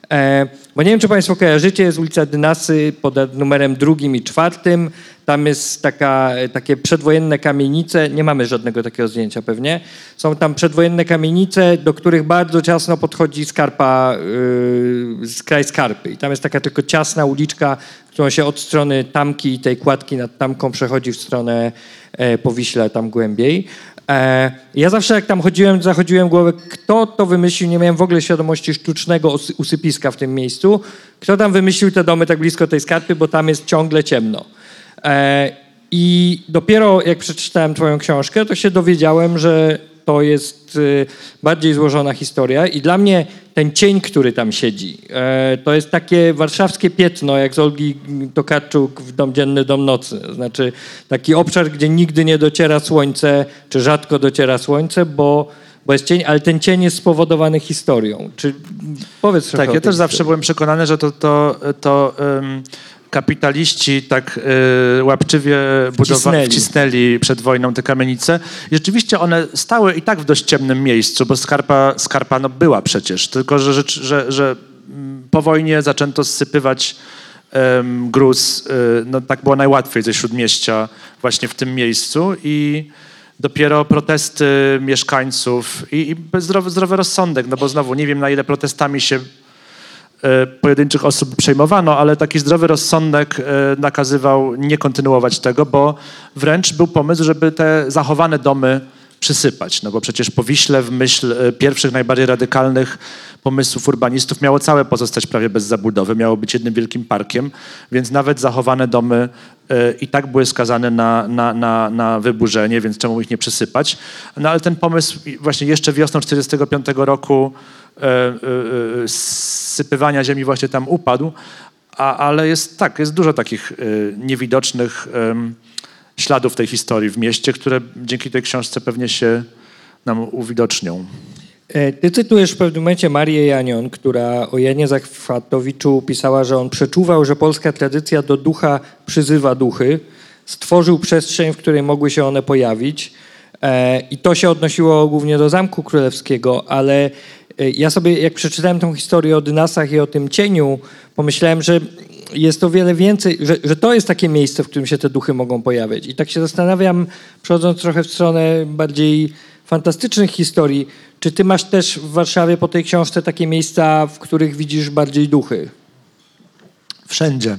Bo nie wiem, czy Państwo kojarzycie, jest ulica Dynasy pod numerem drugim i czwartym. Tam jest taka, takie przedwojenne kamienice, nie mamy żadnego takiego zdjęcia pewnie. Są tam przedwojenne kamienice, do których bardzo ciasno podchodzi skarpa, yy, kraj skarpy. I tam jest taka tylko ciasna uliczka, którą się od strony Tamki i tej kładki nad Tamką przechodzi w stronę e, Powiśla, tam głębiej. E, ja zawsze jak tam chodziłem, zachodziłem głowę, kto to wymyślił, nie miałem w ogóle świadomości sztucznego usypiska w tym miejscu, kto tam wymyślił te domy tak blisko tej skarpy, bo tam jest ciągle ciemno. E, I dopiero jak przeczytałem twoją książkę, to się dowiedziałem, że to jest y, bardziej złożona historia i dla mnie ten cień, który tam siedzi, e, to jest takie warszawskie piętno, jak z Olgi Tokarczuk w Dom Dzienny, Dom Nocy. Znaczy taki obszar, gdzie nigdy nie dociera słońce, czy rzadko dociera słońce, bo, bo jest cień, ale ten cień jest spowodowany historią. Czy powiedz trochę Tak, o ja tej też zawsze historii. byłem przekonany, że to, to, to um, kapitaliści tak y, łapczywie budowali, Wcisnęli. wcisnęli przed wojną te kamienice. I rzeczywiście one stały i tak w dość ciemnym miejscu, bo skarpa, skarpa no, była przecież, tylko że, że, że, że po wojnie zaczęto zsypywać um, gruz. Y, no, tak było najłatwiej ze Śródmieścia właśnie w tym miejscu i dopiero protesty mieszkańców i, i zdrowy, zdrowy rozsądek, no bo znowu nie wiem, na ile protestami się pojedynczych osób przejmowano, ale taki zdrowy rozsądek nakazywał nie kontynuować tego, bo wręcz był pomysł, żeby te zachowane domy przysypać. No bo przecież Powiśle w myśl pierwszych, najbardziej radykalnych pomysłów urbanistów miało całe pozostać prawie bez zabudowy, miało być jednym wielkim parkiem, więc nawet zachowane domy i tak były skazane na, na, na, na wyburzenie, więc czemu ich nie przysypać. No ale ten pomysł właśnie jeszcze wiosną czterdziestego piątego roku e, e, sypywania ziemi właśnie tam upadł, a, ale jest tak, jest dużo takich e, niewidocznych e, śladów tej historii w mieście, które dzięki tej książce pewnie się nam uwidocznią. E, Ty cytujesz w pewnym momencie Marię Janion, która o Janie Zachwatowiczu pisała, że on przeczuwał, że polska tradycja do ducha przyzywa duchy, stworzył przestrzeń, w której mogły się one pojawić. E, I to się odnosiło głównie do Zamku Królewskiego, ale e, ja sobie, jak przeczytałem tą historię o dynasach i o tym cieniu, pomyślałem, że jest to wiele więcej, że, że to jest takie miejsce, w którym się te duchy mogą pojawiać. I tak się zastanawiam, przechodząc trochę w stronę bardziej fantastycznych historii, czy ty masz też w Warszawie po tej książce takie miejsca, w których widzisz bardziej duchy? Wszędzie.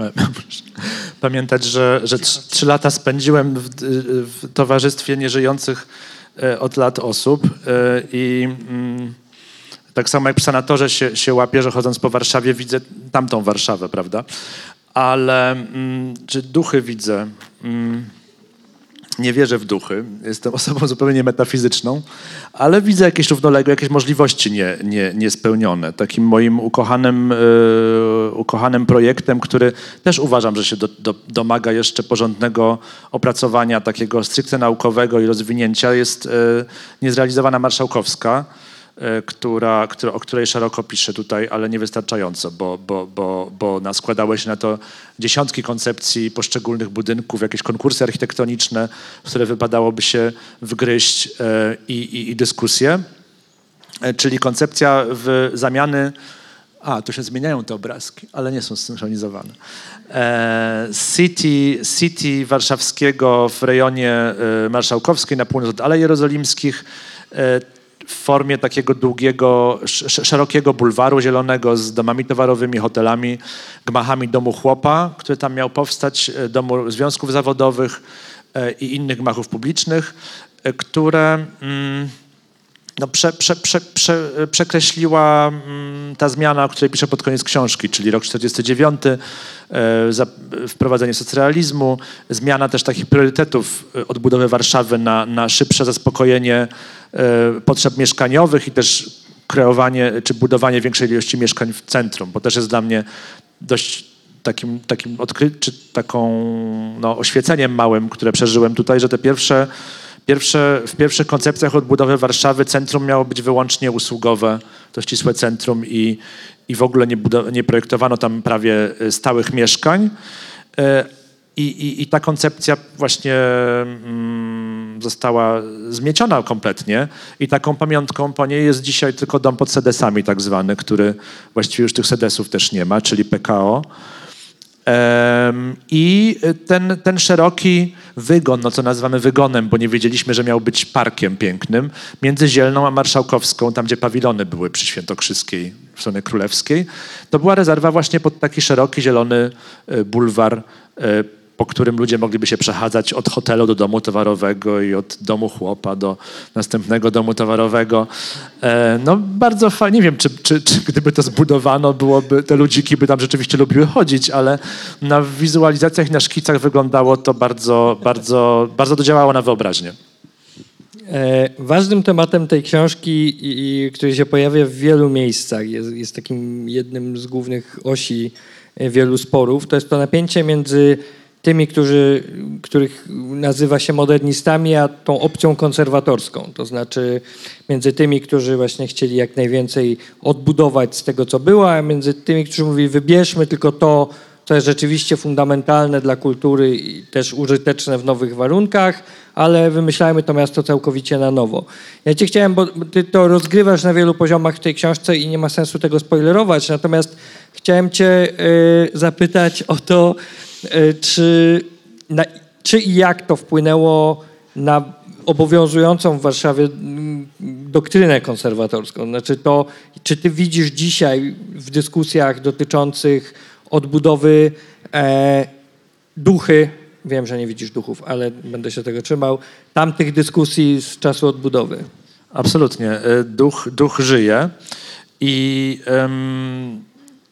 Pamiętać, że, że trz, trzy lata spędziłem w, w towarzystwie nieżyjących e, od lat osób e, i mm, tak samo jak w sanatorze się, się łapię, że chodząc po Warszawie widzę tamtą Warszawę, prawda? Ale mm, czy duchy widzę? Mm, nie wierzę w duchy. Jestem osobą zupełnie niemetafizyczną, ale widzę jakieś równoległe, jakieś możliwości nie, nie, niespełnione. Takim moim ukochanym, yy, ukochanym projektem, który też uważam, że się do, do, domaga jeszcze porządnego opracowania, takiego stricte naukowego i rozwinięcia, jest yy, niezrealizowana Marszałkowska, Która, która, o której szeroko piszę tutaj, ale niewystarczająco, bo, bo, bo, bo na, składały się na to dziesiątki koncepcji poszczególnych budynków, jakieś konkursy architektoniczne, w które wypadałoby się wgryźć e, i, i dyskusje. E, czyli koncepcja w zamiany... A, tu się zmieniają te obrazki, ale nie są zsynchronizowane. E, city, city warszawskiego w rejonie e, Marszałkowskiej na północ od Alei Jerozolimskich, e, w formie takiego długiego, szerokiego bulwaru zielonego z domami towarowymi, hotelami, gmachami domu chłopa, który tam miał powstać, domu związków zawodowych i innych gmachów publicznych, które no, prze, prze, prze, prze, przekreśliła ta zmiana, o której piszę pod koniec książki, czyli rok czterdziesty dziewiąty, wprowadzenie socrealizmu, zmiana też takich priorytetów odbudowy Warszawy na, na szybsze zaspokojenie potrzeb mieszkaniowych i też kreowanie czy budowanie większej ilości mieszkań w centrum, bo też jest dla mnie dość takim, takim odkry- czy taką no, oświeceniem małym, które przeżyłem tutaj, że te pierwsze, pierwsze, w pierwszych koncepcjach odbudowy Warszawy centrum miało być wyłącznie usługowe, to ścisłe centrum i, i w ogóle nie, budow- nie projektowano tam prawie stałych mieszkań. I, i, I ta koncepcja właśnie mm, została zmieciona kompletnie i taką pamiątką po niej jest dzisiaj tylko dom pod sedesami tak zwany, który właściwie już tych sedesów też nie ma, czyli P K O. Ehm, I ten, ten szeroki wygon, no co nazywamy wygonem, bo nie wiedzieliśmy, że miał być parkiem pięknym, między Zielną a Marszałkowską, tam gdzie pawilony były przy Świętokrzyskiej, w stronę Królewskiej, to była rezerwa właśnie pod taki szeroki, zielony bulwar, po którym ludzie mogliby się przechadzać od hotelu do domu towarowego i od domu chłopa do następnego domu towarowego. E, no bardzo fajnie, nie wiem, czy, czy, czy gdyby to zbudowano, byłoby, te ludziki by tam rzeczywiście lubiły chodzić, ale na wizualizacjach i na szkicach wyglądało to bardzo, bardzo, bardzo dodziałało na wyobraźnię. E, ważnym tematem tej książki, i, i, który się pojawia w wielu miejscach, jest, jest takim jednym z głównych osi wielu sporów, to jest to napięcie między tymi, którzy, których nazywa się modernistami, a tą opcją konserwatorską. To znaczy między tymi, którzy właśnie chcieli jak najwięcej odbudować z tego, co było, a między tymi, którzy mówili, wybierzmy tylko to, co jest rzeczywiście fundamentalne dla kultury i też użyteczne w nowych warunkach, ale wymyślajmy to miasto całkowicie na nowo. Ja cię chciałem, bo ty to rozgrywasz na wielu poziomach w tej książce i nie ma sensu tego spoilerować, natomiast chciałem cię y, zapytać o to, y, czy, na, czy i jak to wpłynęło na obowiązującą w Warszawie doktrynę konserwatorską. Znaczy to, czy ty widzisz dzisiaj w dyskusjach dotyczących odbudowy e, duchy, wiem, że nie widzisz duchów, ale będę się tego trzymał, tamtych dyskusji z czasu odbudowy? Absolutnie. Duch, duch żyje i um,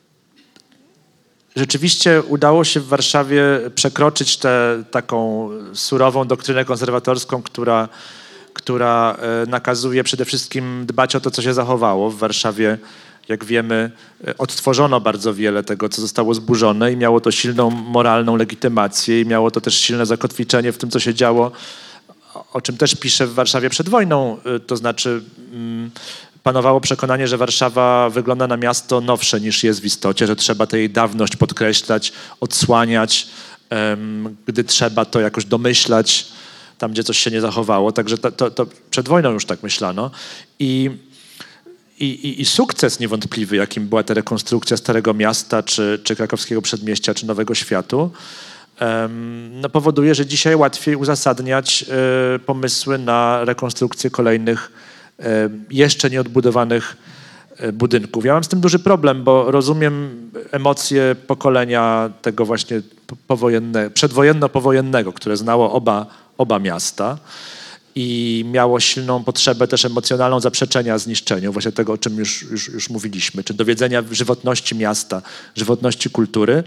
rzeczywiście udało się w Warszawie przekroczyć tę taką surową doktrynę konserwatorską, która, która nakazuje przede wszystkim dbać o to, co się zachowało. W Warszawie, jak wiemy, odtworzono bardzo wiele tego, co zostało zburzone i miało to silną moralną legitymację i miało to też silne zakotwiczenie w tym, co się działo, o czym też piszę w Warszawie przed wojną, to znaczy panowało przekonanie, że Warszawa wygląda na miasto nowsze niż jest w istocie, że trzeba tę jej dawność podkreślać, odsłaniać, em, gdy trzeba to jakoś domyślać, tam gdzie coś się nie zachowało. Także to, to, to przed wojną już tak myślano. I, i, I sukces niewątpliwy, jakim była ta rekonstrukcja Starego Miasta, czy, czy Krakowskiego Przedmieścia, czy Nowego Światu, no powoduje, że dzisiaj łatwiej uzasadniać y, pomysły na rekonstrukcję kolejnych y, jeszcze nieodbudowanych y, budynków. Ja mam z tym duży problem, bo rozumiem emocje pokolenia tego właśnie powojennego, przedwojenno-powojennego, które znało oba, oba miasta i miało silną potrzebę też emocjonalną zaprzeczenia zniszczeniu, właśnie tego, o czym już, już, już mówiliśmy, czy dowiedzenia żywotności miasta, żywotności kultury.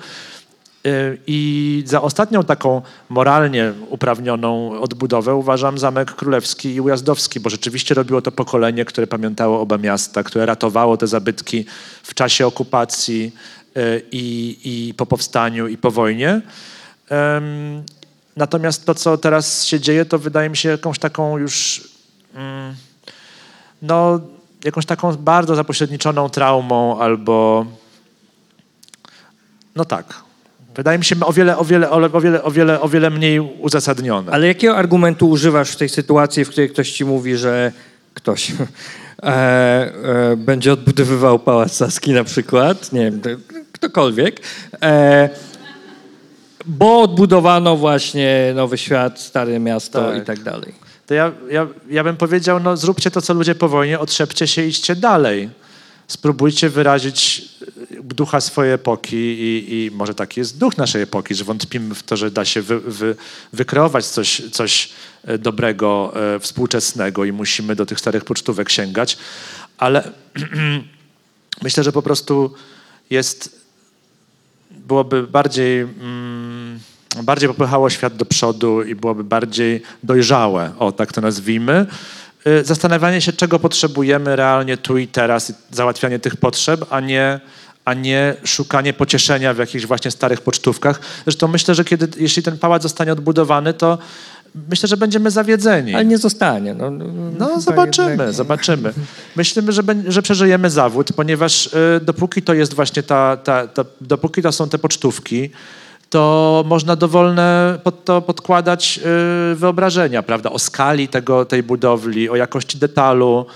I za ostatnią taką moralnie uprawnioną odbudowę uważam Zamek Królewski i Ujazdowski, bo rzeczywiście robiło to pokolenie, które pamiętało oba miasta, które ratowało te zabytki w czasie okupacji i, i po powstaniu i po wojnie. Natomiast to, co teraz się dzieje, to wydaje mi się jakąś taką już no, jakąś taką bardzo zapośredniczoną traumą albo no tak. Wydaje mi się o wiele, o wiele, o wiele, o wiele, o wiele mniej uzasadnione. Ale jakiego argumentu używasz w tej sytuacji, w której ktoś ci mówi, że ktoś e, e, będzie odbudowywał Pałac Saski na przykład, nie wiem, ktokolwiek, e, bo odbudowano właśnie Nowy Świat, Stare Miasto tak. i tak dalej. To ja, ja, ja bym powiedział, no zróbcie to, co ludzie po wojnie, otrzepcie się i idźcie dalej. Spróbujcie wyrazić ducha swojej epoki i, i może taki jest duch naszej epoki, że wątpimy w to, że da się wy, wy, wykreować coś, coś dobrego, e, współczesnego i musimy do tych starych pocztówek sięgać, ale myślę, że po prostu jest, byłoby bardziej, mm, bardziej popychało świat do przodu i byłoby bardziej dojrzałe, o tak to nazwijmy, zastanawianie się, czego potrzebujemy realnie tu i teraz i załatwianie tych potrzeb, a nie, a nie szukanie pocieszenia w jakichś właśnie starych pocztówkach. Zresztą myślę, że kiedy, jeśli ten pałac zostanie odbudowany, to myślę, że będziemy zawiedzeni. Ale nie zostanie. No, no, no zobaczymy, jednak... zobaczymy. Myślimy, że, że przeżyjemy zawód, ponieważ y, dopóki to jest właśnie ta, ta, ta, dopóki to są te pocztówki, to można dowolne pod to podkładać y, wyobrażenia, prawda, o skali tego, tej budowli, o jakości detalu, um,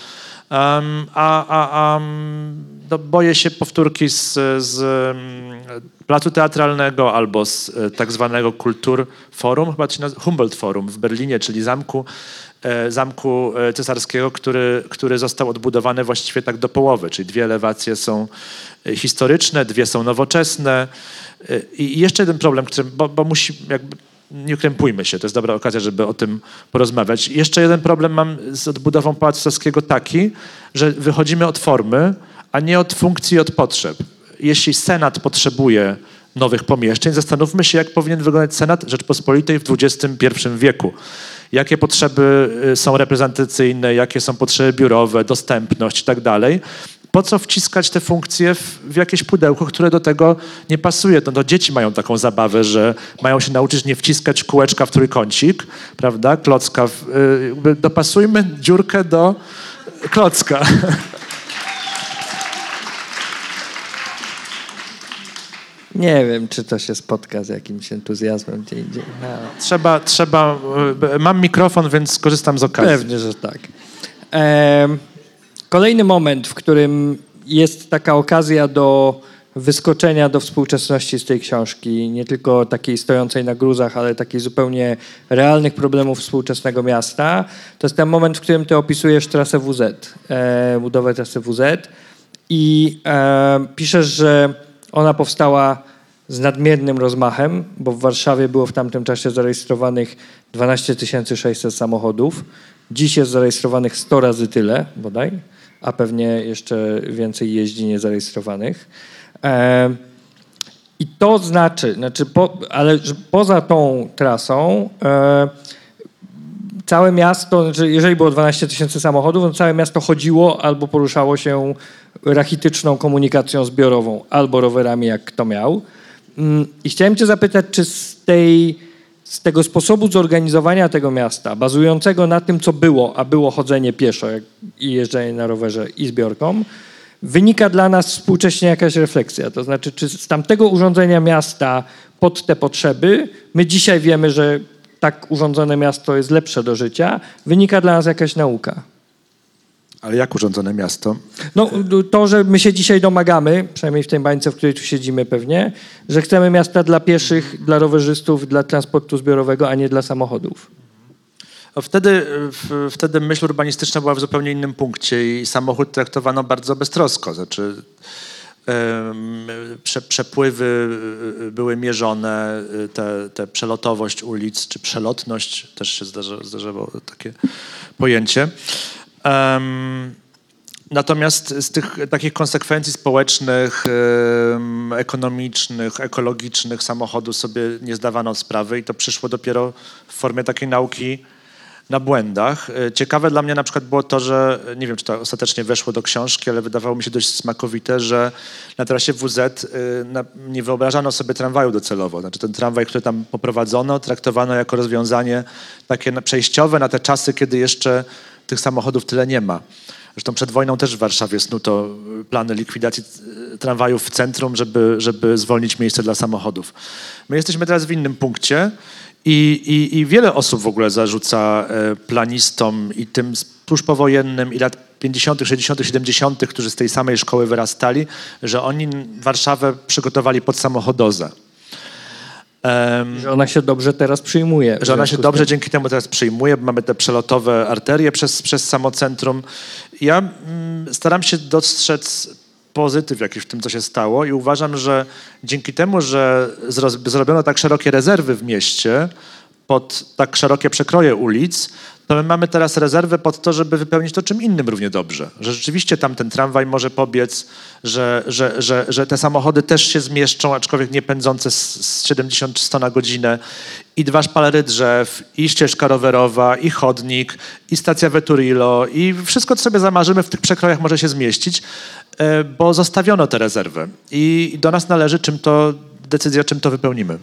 a, a, a no, boję się powtórki z, z um, Placu Teatralnego albo z y, tak zwanego Kulturforum, chyba to się nazywa Humboldt Forum w Berlinie, czyli zamku, y, zamku cesarskiego, który, który został odbudowany właściwie tak do połowy, czyli dwie elewacje są historyczne, dwie są nowoczesne. I jeszcze jeden problem, który, bo, bo musi, jakby, nie krępujmy się, to jest dobra okazja, żeby o tym porozmawiać. Jeszcze jeden problem mam z odbudową Pałacu Saskiego taki, że wychodzimy od formy, a nie od funkcji i od potrzeb. Jeśli Senat potrzebuje nowych pomieszczeń, zastanówmy się, jak powinien wyglądać Senat Rzeczpospolitej w dwudziestym pierwszym wieku. Jakie potrzeby są reprezentacyjne, jakie są potrzeby biurowe, dostępność i tak dalej. Po co wciskać te funkcje w, w jakieś pudełko, które do tego nie pasuje? No, to dzieci mają taką zabawę, że mają się nauczyć nie wciskać kółeczka w trójkącik, prawda? Klocka. W, y, dopasujmy dziurkę do klocka. Nie wiem, czy to się spotka z jakimś entuzjazmem gdzie indziej. No. Trzeba, trzeba, y, mam mikrofon, więc skorzystam z okazji. Pewnie, że tak. Ehm, Kolejny moment, w którym jest taka okazja do wyskoczenia do współczesności z tej książki, nie tylko takiej stojącej na gruzach, ale takiej zupełnie realnych problemów współczesnego miasta, to jest ten moment, w którym ty opisujesz trasę W Z, e, budowę trasy W Z i e, piszesz, że ona powstała z nadmiernym rozmachem, bo w Warszawie było w tamtym czasie zarejestrowanych dwanaście tysięcy sześćset samochodów. Dziś jest zarejestrowanych sto razy tyle bodaj, a pewnie jeszcze więcej jeździ niezarejestrowanych. E, I to znaczy, znaczy po, ale że poza tą trasą e, całe miasto, znaczy jeżeli było dwanaście tysięcy samochodów, to całe miasto chodziło albo poruszało się rachityczną komunikacją zbiorową, albo rowerami, jak kto miał. I chciałem cię zapytać, czy z tej z tego sposobu zorganizowania tego miasta, bazującego na tym, co było, a było chodzenie pieszo jak, i jeżdżenie na rowerze i zbiorką, wynika dla nas współcześnie jakaś refleksja. To znaczy, czy z tamtego urządzenia miasta pod te potrzeby, my dzisiaj wiemy, że tak urządzone miasto jest lepsze do życia, wynika dla nas jakaś nauka. Ale jak urządzone miasto? No to, że my się dzisiaj domagamy, przynajmniej w tej bańce, w której tu siedzimy pewnie, że chcemy miasta dla pieszych, dla rowerzystów, dla transportu zbiorowego, a nie dla samochodów. No wtedy, w, wtedy myśl urbanistyczna była w zupełnie innym punkcie i samochód traktowano bardzo beztrosko. Znaczy, em, prze, przepływy były mierzone, te, te przelotowość ulic, czy przelotność, też się zdarza, zdarzało takie pojęcie. Um, natomiast z tych takich konsekwencji społecznych, um, ekonomicznych, ekologicznych samochodu sobie nie zdawano sprawy i to przyszło dopiero w formie takiej nauki na błędach. Ciekawe dla mnie na przykład było to, że nie wiem, czy to ostatecznie weszło do książki, ale wydawało mi się dość smakowite, że na trasie W Z y, na, nie wyobrażano sobie tramwaju docelowo. Znaczy ten tramwaj, który tam poprowadzono, traktowano jako rozwiązanie takie na, przejściowe na te czasy, kiedy jeszcze tych samochodów tyle nie ma. Zresztą przed wojną też w Warszawie snuto plany likwidacji tramwajów w centrum, żeby, żeby zwolnić miejsce dla samochodów. My jesteśmy teraz w innym punkcie i, i, i wiele osób w ogóle zarzuca planistom i tym tuż powojennym i lat pięćdziesiątych, sześćdziesiątych, siedemdziesiątych, którzy z tej samej szkoły wyrastali, że oni Warszawę przygotowali pod samochodozę. Um, że ona się dobrze teraz przyjmuje. Że ona się dobrze dzięki temu teraz przyjmuje, bo mamy te przelotowe arterie przez, przez samo centrum. Ja mm, staram się dostrzec pozytyw jakiś w tym, co się stało i uważam, że dzięki temu, że zroz, zrobiono tak szerokie rezerwy w mieście pod tak szerokie przekroje ulic, to my mamy teraz rezerwę pod to, żeby wypełnić to czym innym równie dobrze. Że rzeczywiście tam ten tramwaj może pobiec, że, że, że, że te samochody też się zmieszczą, aczkolwiek nie pędzące z, z siedemdziesiąt czy sto na godzinę. I dwa szpalery drzew, i ścieżka rowerowa, i chodnik, i stacja Veturillo, i wszystko, co sobie zamarzymy w tych przekrojach może się zmieścić, bo zostawiono tę rezerwę. I do nas należy czym to, decyzja, czym to wypełnimy.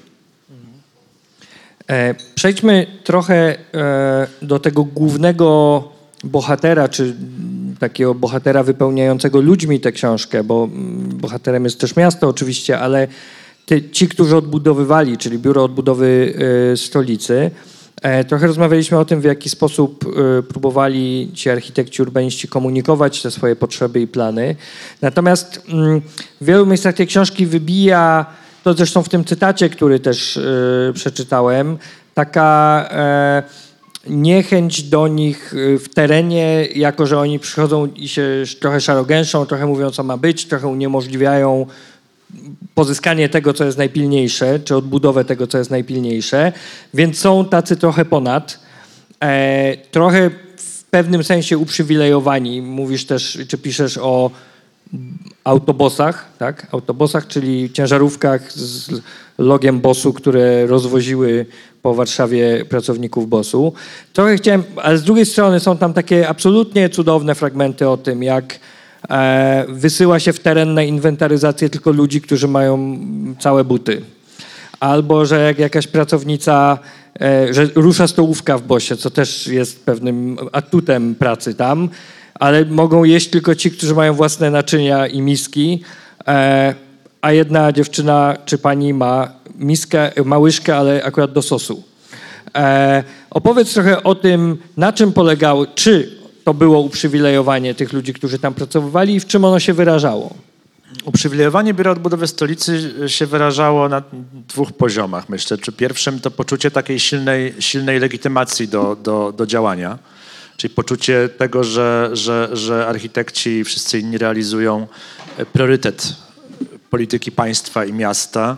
Przejdźmy trochę do tego głównego bohatera, czy takiego bohatera wypełniającego ludźmi tę książkę, bo bohaterem jest też miasto oczywiście, ale ty, ci, którzy odbudowywali, czyli Biuro Odbudowy Stolicy. Trochę rozmawialiśmy o tym, w jaki sposób próbowali ci architekci, urbaniści komunikować te swoje potrzeby i plany. Natomiast w wielu miejscach tej książki wybija, to zresztą w tym cytacie, który też y, przeczytałem, taka y, niechęć do nich w terenie, jako że oni przychodzą i się trochę szarogęszą, trochę mówią, co ma być, trochę uniemożliwiają pozyskanie tego, co jest najpilniejsze, czy odbudowę tego, co jest najpilniejsze, więc są tacy trochę ponad, e, trochę w pewnym sensie uprzywilejowani. Mówisz też, czy piszesz o autobusach, tak? Autobusach, czyli ciężarówkach z logiem bosu, które rozwoziły po Warszawie pracowników bosu. Trochę chciałem, ale z drugiej strony są tam takie absolutnie cudowne fragmenty o tym, jak e, wysyła się w teren na inwentaryzację tylko ludzi, którzy mają całe buty. Albo, że jak jakaś pracownica, e, że rusza stołówka w bosie, co też jest pewnym atutem pracy tam, ale mogą jeść tylko ci, którzy mają własne naczynia i miski, e, a jedna dziewczyna czy pani ma miskę, ma łyżkę, ale akurat do sosu. E, opowiedz trochę o tym, na czym polegało, czy to było uprzywilejowanie tych ludzi, którzy tam pracowali i w czym ono się wyrażało? Uprzywilejowanie Biura Odbudowy Stolicy się wyrażało na dwóch poziomach, myślę. Czy pierwszym to poczucie takiej silnej, silnej legitymacji do, do, do działania, czyli poczucie tego, że, że, że architekci i wszyscy inni realizują priorytet polityki państwa i miasta,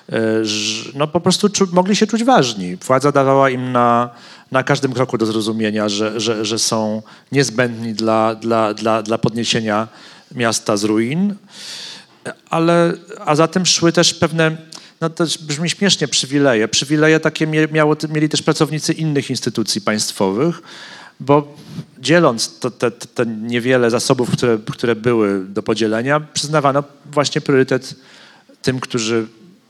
no po prostu czu, mogli się czuć ważni. Władza dawała im na, na każdym kroku do zrozumienia, że, że, że są niezbędni dla, dla, dla, dla podniesienia miasta z ruin, ale, a za tym szły też pewne, no to brzmi śmiesznie, przywileje. Przywileje takie miało, mieli też pracownicy innych instytucji państwowych, bo dzieląc to, te, te niewiele zasobów, które, które były do podzielenia, przyznawano właśnie priorytet tym, którzy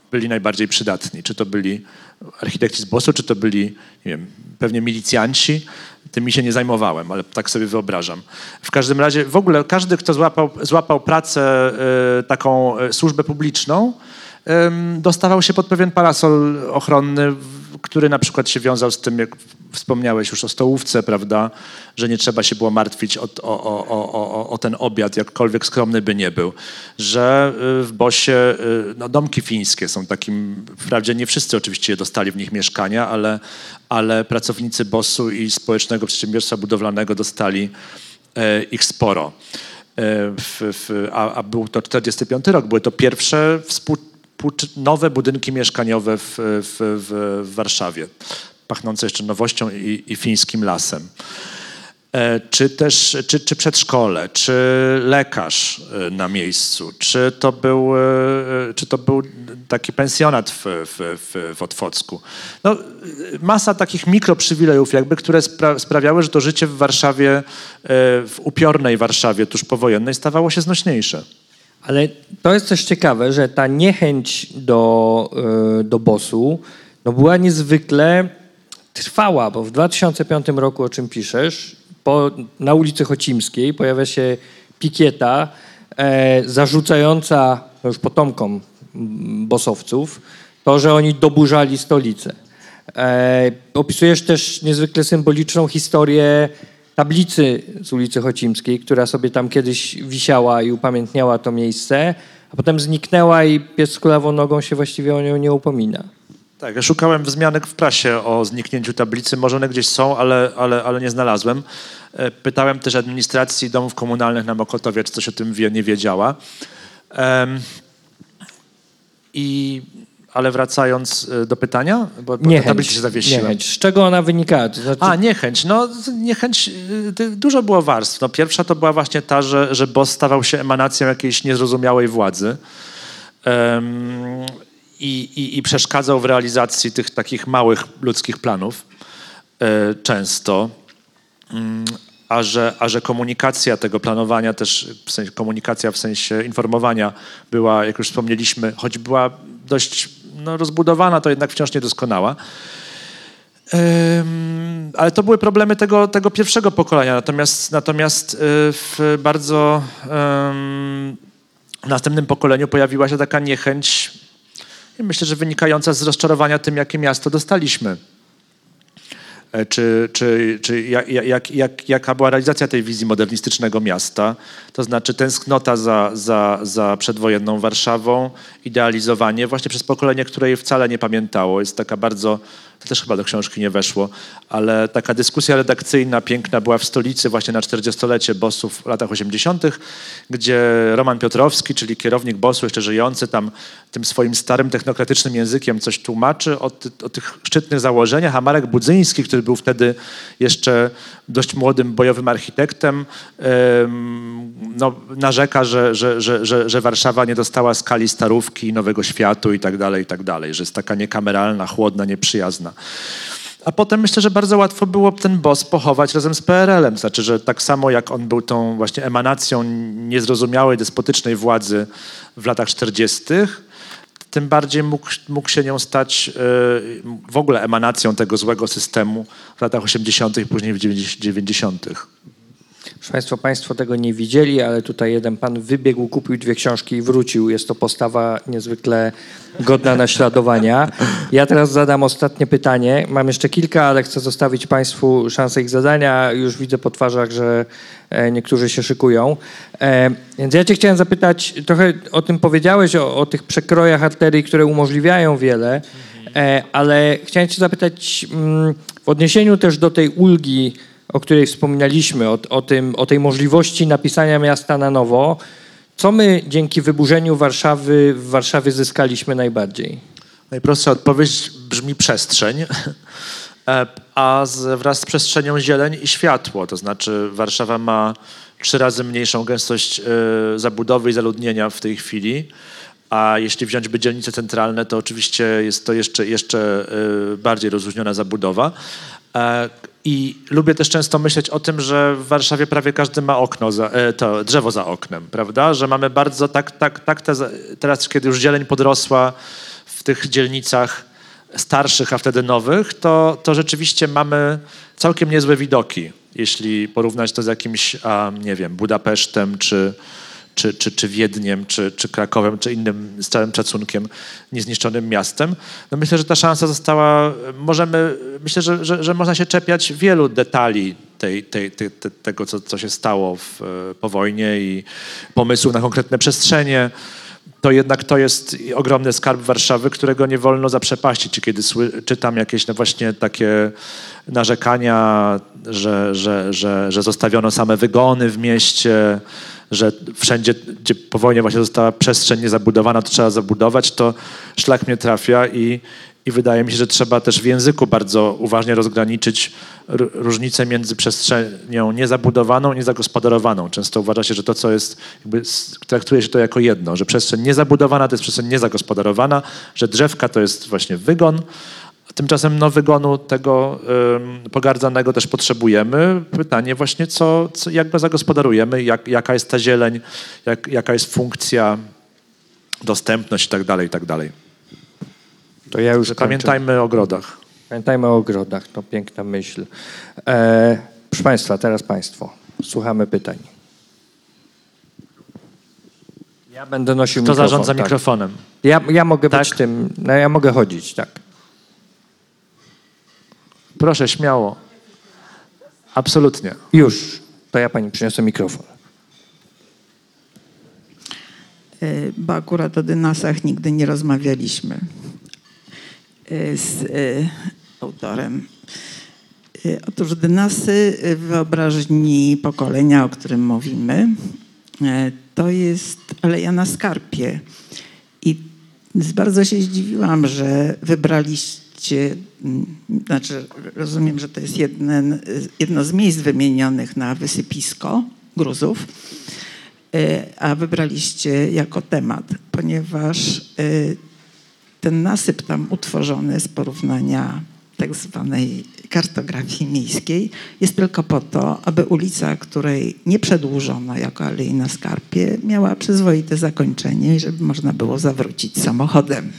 byli najbardziej przydatni? Czy to byli architekci z bosu, czy to byli, nie wiem, pewnie milicjanci? Tymi się nie zajmowałem, ale tak sobie wyobrażam. W każdym razie w ogóle każdy, kto złapał, złapał pracę, y, taką y, służbę publiczną, y, dostawał się pod pewien parasol ochronny, który na przykład się wiązał z tym, jak wspomniałeś już o stołówce, prawda, że nie trzeba się było martwić o, o, o, o, o ten obiad, jakkolwiek skromny by nie był, że w Bosie no, domki fińskie są takim, wprawdzie nie wszyscy oczywiście dostali w nich mieszkania, ale, ale pracownicy Bosu i Społecznego Przedsiębiorstwa Budowlanego dostali e, ich sporo. E, w, w, a, a był to czterdziesty piąty rok, były to pierwsze współczesne nowe budynki mieszkaniowe w, w, w Warszawie, pachnące jeszcze nowością i, i fińskim lasem. E, czy też, czy, czy przedszkole, czy lekarz na miejscu, czy to był, czy to był taki pensjonat w, w, w, w Otwocku. No, masa takich mikroprzywilejów jakby, które spra- sprawiały, że to życie w Warszawie, w upiornej Warszawie tuż powojennej stawało się znośniejsze. Ale to jest też ciekawe, że ta niechęć do, do bosu no była niezwykle trwała, bo w dwa tysiące piątym roku, o czym piszesz, po, na ulicy Chocimskiej pojawia się pikieta e, zarzucająca już potomkom bosowców to, że oni doburzali stolicę. E, opisujesz też niezwykle symboliczną historię tablicy z ulicy Chocimskiej, która sobie tam kiedyś wisiała i upamiętniała to miejsce, a potem zniknęła i pies z kulawą nogą się właściwie o nią nie upomina. Tak, ja szukałem wzmianek w prasie o zniknięciu tablicy, może one gdzieś są, ale, ale, ale nie znalazłem. Pytałem też administracji domów komunalnych na Mokotowie, czy coś o tym wie, nie wiedziała. Um, I... Ale wracając do pytania, bo niechęć, tablica się zawiesiła. Niechęć. Z czego ona wynika? To znaczy... A, niechęć. No, niechęć, dużo było warstw. No, pierwsza to była właśnie ta, że, że boss stawał się emanacją jakiejś niezrozumiałej władzy um, i, i, i przeszkadzał w realizacji tych takich małych ludzkich planów e, często. Um, a że, a że komunikacja tego planowania też, w sensie, komunikacja w sensie informowania była, jak już wspomnieliśmy, choć była dość no, rozbudowana, to jednak wciąż niedoskonała. Um, ale to były problemy tego, tego pierwszego pokolenia. Natomiast, natomiast y, w bardzo um, następnym pokoleniu pojawiła się taka niechęć, myślę, że wynikająca z rozczarowania tym, jakie miasto dostaliśmy. Czy, czy, czy jak, jak, jak, jaka była realizacja tej wizji modernistycznego miasta, to znaczy tęsknota za, za, za przedwojenną Warszawą, idealizowanie właśnie przez pokolenie, które jej wcale nie pamiętało. Jest taka bardzo, to też chyba do książki nie weszło, ale taka dyskusja redakcyjna piękna była w Stolicy właśnie na czterdziestolecie bossów w latach osiemdziesiątych, gdzie Roman Piotrowski, czyli kierownik bossu jeszcze żyjący, tam tym swoim starym technokratycznym językiem coś tłumaczy o, ty, o tych szczytnych założeniach, a Marek Budzyński, który był wtedy jeszcze dość młodym, bojowym architektem, ym, no, narzeka, że, że, że, że, że Warszawa nie dostała skali Starówki, Nowego Światu i tak dalej, i tak dalej, że jest taka niekameralna, chłodna, nieprzyjazna. A potem myślę, że bardzo łatwo było ten boss pochować razem z P R L-em. Znaczy, że tak samo jak on był tą właśnie emanacją niezrozumiałej, despotycznej władzy w latach czterdziestych, tym bardziej mógł, mógł się nią stać yy, w ogóle emanacją tego złego systemu w latach osiemdziesiątych i później w dziewięćdziesiątych. Proszę Państwa, Państwo tego nie widzieli, ale tutaj jeden pan wybiegł, kupił dwie książki i wrócił. Jest to postawa niezwykle godna naśladowania. Ja teraz zadam ostatnie pytanie. Mam jeszcze kilka, ale chcę zostawić Państwu szansę ich zadania. Już widzę po twarzach, że niektórzy się szykują. Więc ja Cię chciałem zapytać, trochę o tym powiedziałeś, o, o tych przekrojach arterii, które umożliwiają wiele, ale chciałem Cię zapytać w odniesieniu też do tej ulgi, o której wspominaliśmy, o, o, tym, o tej możliwości napisania miasta na nowo. Co my dzięki wyburzeniu Warszawy w Warszawie zyskaliśmy najbardziej? Najprostsza odpowiedź brzmi przestrzeń, a z, wraz z przestrzenią zieleń i światło. To znaczy Warszawa ma trzy razy mniejszą gęstość y, zabudowy i zaludnienia w tej chwili, a jeśli wziąć by dzielnice centralne, to oczywiście jest to jeszcze, jeszcze y, bardziej rozluźniona zabudowa. E, I lubię też często myśleć o tym, że w Warszawie prawie każdy ma okno, za, to drzewo za oknem, prawda? Że mamy bardzo, tak, tak, tak te, teraz kiedy już zieleń podrosła w tych dzielnicach starszych, a wtedy nowych, to, to rzeczywiście mamy całkiem niezłe widoki, jeśli porównać to z jakimś, a, nie wiem, Budapesztem, czy, czy, czy, czy Wiedniem, czy, czy Krakowem, czy innym, z całym szacunkiem, niezniszczonym miastem. No myślę, że ta szansa została, możemy, myślę, że, że, że można się czepiać wielu detali tej, tej, tej, te, tego, co, co się stało w, po wojnie i pomysłów na konkretne przestrzenie. To jednak to jest ogromny skarb Warszawy, którego nie wolno zaprzepaścić. I kiedy sły, czytam jakieś no właśnie takie narzekania, że, że, że, że zostawiono same wygony w mieście, że wszędzie, gdzie po wojnie właśnie została przestrzeń niezabudowana, to trzeba zabudować, to szlak mnie trafia i, i wydaje mi się, że trzeba też w języku bardzo uważnie rozgraniczyć r- różnicę między przestrzenią niezabudowaną i niezagospodarowaną. Często uważa się, że to, co jest, jakby traktuje się to jako jedno, że przestrzeń niezabudowana to jest przestrzeń niezagospodarowana, że drzewka to jest właśnie wygon. Tymczasem no, wygonu tego ym, pogardzanego też potrzebujemy. Pytanie właśnie, co, co, jak go zagospodarujemy, jak, jaka jest ta zieleń, jak, jaka jest funkcja, dostępność i tak dalej, i tak dalej. To ja już Pamiętajmy o ogrodach. Pamiętajmy o ogrodach, to piękna myśl. E, proszę Państwa, teraz Państwo, słuchamy pytań. Ja będę nosił Kto mikrofon. zarządza tak. mikrofonem? Ja, ja mogę Tak? być tym, no ja mogę chodzić, tak. Proszę, śmiało. Absolutnie. Już, to ja Pani przyniosę mikrofon. Y, Bo akurat o dynasach nigdy nie rozmawialiśmy y, z y, autorem. Y, Otóż dynasy w wyobraźni pokolenia, o którym mówimy, y, to jest Aleja na Skarpie. I bardzo się zdziwiłam, że wybraliście, mm, znaczy rozumiem, że to jest jeden, jedno z miejsc wymienionych na wysypisko gruzów, a wybraliście jako temat, ponieważ ten nasyp tam utworzony z porównania tak zwanej kartografii miejskiej jest tylko po to, aby ulica, której nie przedłużono jako Alei na Skarpie, miała przyzwoite zakończenie i żeby można było zawrócić samochodem.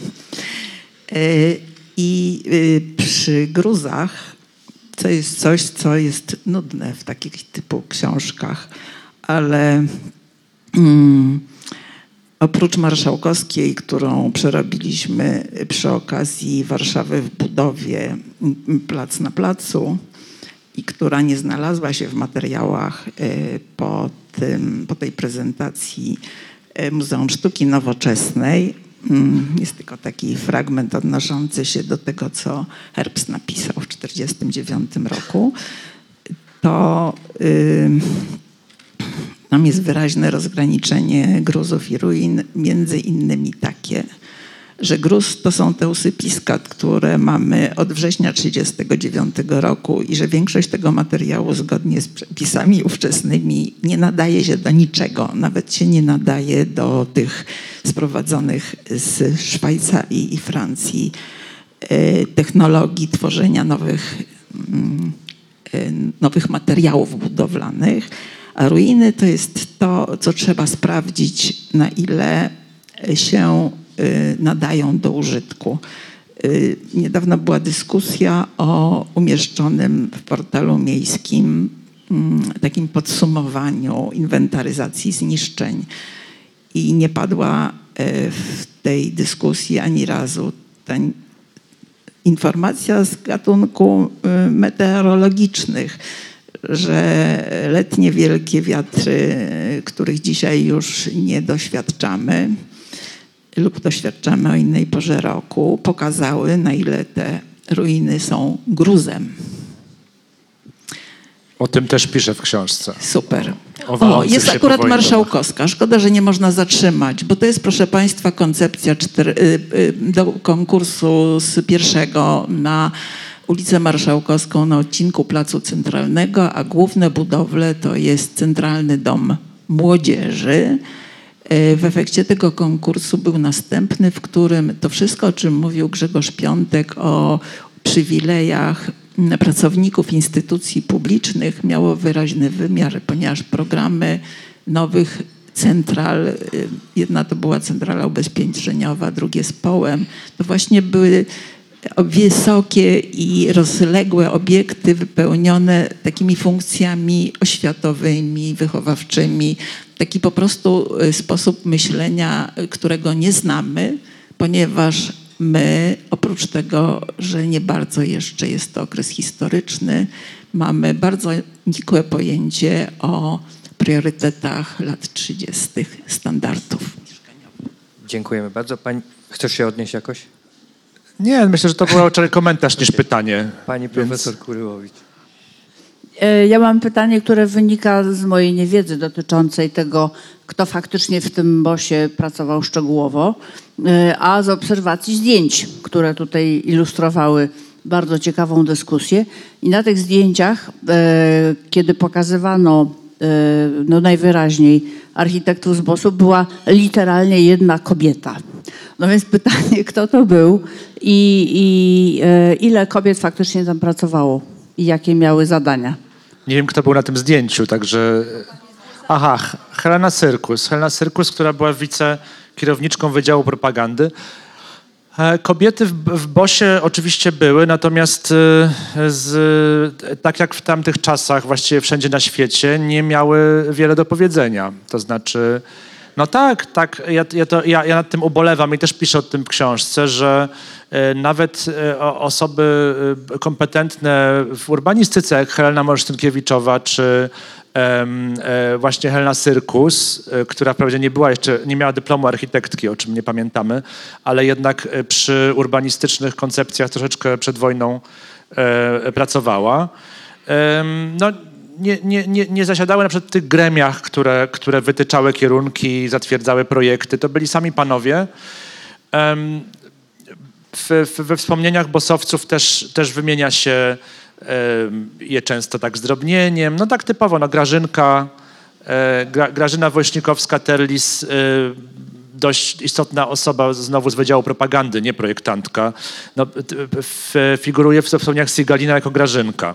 I przy gruzach to jest coś, co jest nudne w takich typu książkach, ale mm, oprócz marszałkowskiej, którą przerobiliśmy przy okazji Warszawy w budowie Plac na Placu i która nie znalazła się w materiałach po, tym, po tej prezentacji Muzeum Sztuki Nowoczesnej, jest tylko taki fragment odnoszący się do tego, co Herbst napisał w tysiąc dziewięćset czterdziestym dziewiątym roku, to yy, tam jest wyraźne rozgraniczenie gruzów i ruin, między innymi takie, że gruz to są te usypiska, które mamy od września tysiąc dziewięćset trzydziestego dziewiątego roku i że większość tego materiału zgodnie z przepisami ówczesnymi nie nadaje się do niczego. Nawet się nie nadaje do tych sprowadzonych z Szwajcarii i Francji e, technologii tworzenia nowych, e, nowych materiałów budowlanych. A ruiny to jest to, co trzeba sprawdzić, na ile się nadają do użytku. Niedawno była dyskusja o umieszczonym w portalu miejskim takim podsumowaniu inwentaryzacji zniszczeń i nie padła w tej dyskusji ani razu ta informacja z gatunku meteorologicznych, że letnie wielkie wiatry, których dzisiaj już nie doświadczamy lub doświadczamy o innej porze roku, pokazały, na ile te ruiny są gruzem. O tym też piszę w książce. Super. O, O, jest akurat marszałkowska. Szkoda, że nie można zatrzymać, bo to jest, proszę Państwa, koncepcja cztery, do konkursu z pierwszego na ulicę Marszałkowską na odcinku Placu Centralnego, a główne budowle to jest Centralny Dom Młodzieży. W efekcie tego konkursu był następny, w którym to wszystko, o czym mówił Grzegorz Piątek, o przywilejach pracowników instytucji publicznych miało wyraźny wymiar, ponieważ programy nowych central, y, jedna to była centrala ubezpieczeniowa, drugie z połem, to właśnie były wysokie i rozległe obiekty wypełnione takimi funkcjami oświatowymi, wychowawczymi. Taki po prostu sposób myślenia, którego nie znamy, ponieważ my, oprócz tego, że nie bardzo jeszcze jest to okres historyczny, mamy bardzo nikłe pojęcie o priorytetach lat trzydziestych standardów. Dziękujemy bardzo. Pani, chcesz się odnieść jakoś? Nie, myślę, że to był raczej komentarz niż pytanie. Pani profesor Kuryłowicz. E, Ja mam pytanie, które wynika z mojej niewiedzy dotyczącej tego, kto faktycznie w tym bosie pracował szczegółowo, e, a z obserwacji zdjęć, które tutaj ilustrowały bardzo ciekawą dyskusję. I na tych zdjęciach, e, kiedy pokazywano e, no najwyraźniej architektów z bosu, była literalnie jedna kobieta. No więc pytanie, kto to był i, i e, ile kobiet faktycznie tam pracowało i jakie miały zadania? Nie wiem, kto był na tym zdjęciu, także... Aha, Helena Syrkus. Helena Syrkus, która była wicekierowniczką Wydziału Propagandy. E, Kobiety w, w bosie oczywiście były, natomiast e, z, tak jak w tamtych czasach, właściwie wszędzie na świecie, nie miały wiele do powiedzenia. To znaczy... No tak, tak, ja, ja, to, ja, ja nad tym ubolewam i też piszę o tym w książce, że e, nawet e, osoby e, kompetentne w urbanistyce, jak Helena Morsztynkiewiczowa, czy e, e, właśnie Helena Syrkus, e, która wprawdzie nie była jeszcze, nie miała dyplomu architektki, o czym nie pamiętamy, ale jednak e, przy urbanistycznych koncepcjach troszeczkę przed wojną e, pracowała. E, no, Nie, nie, nie, nie zasiadały na przykład w tych gremiach, które, które wytyczały kierunki, zatwierdzały projekty. To byli sami panowie. Um, w, w, we wspomnieniach bosowców też, też wymienia się um, je często tak z drobnieniem. No tak typowo, no Grażynka, e, Gra, Grażyna Woźnikowska-Terlis, e, dość istotna osoba znowu z Wydziału Propagandy, nie projektantka. No, w, figuruje w wspomnieniach Sigalina jako Grażynka.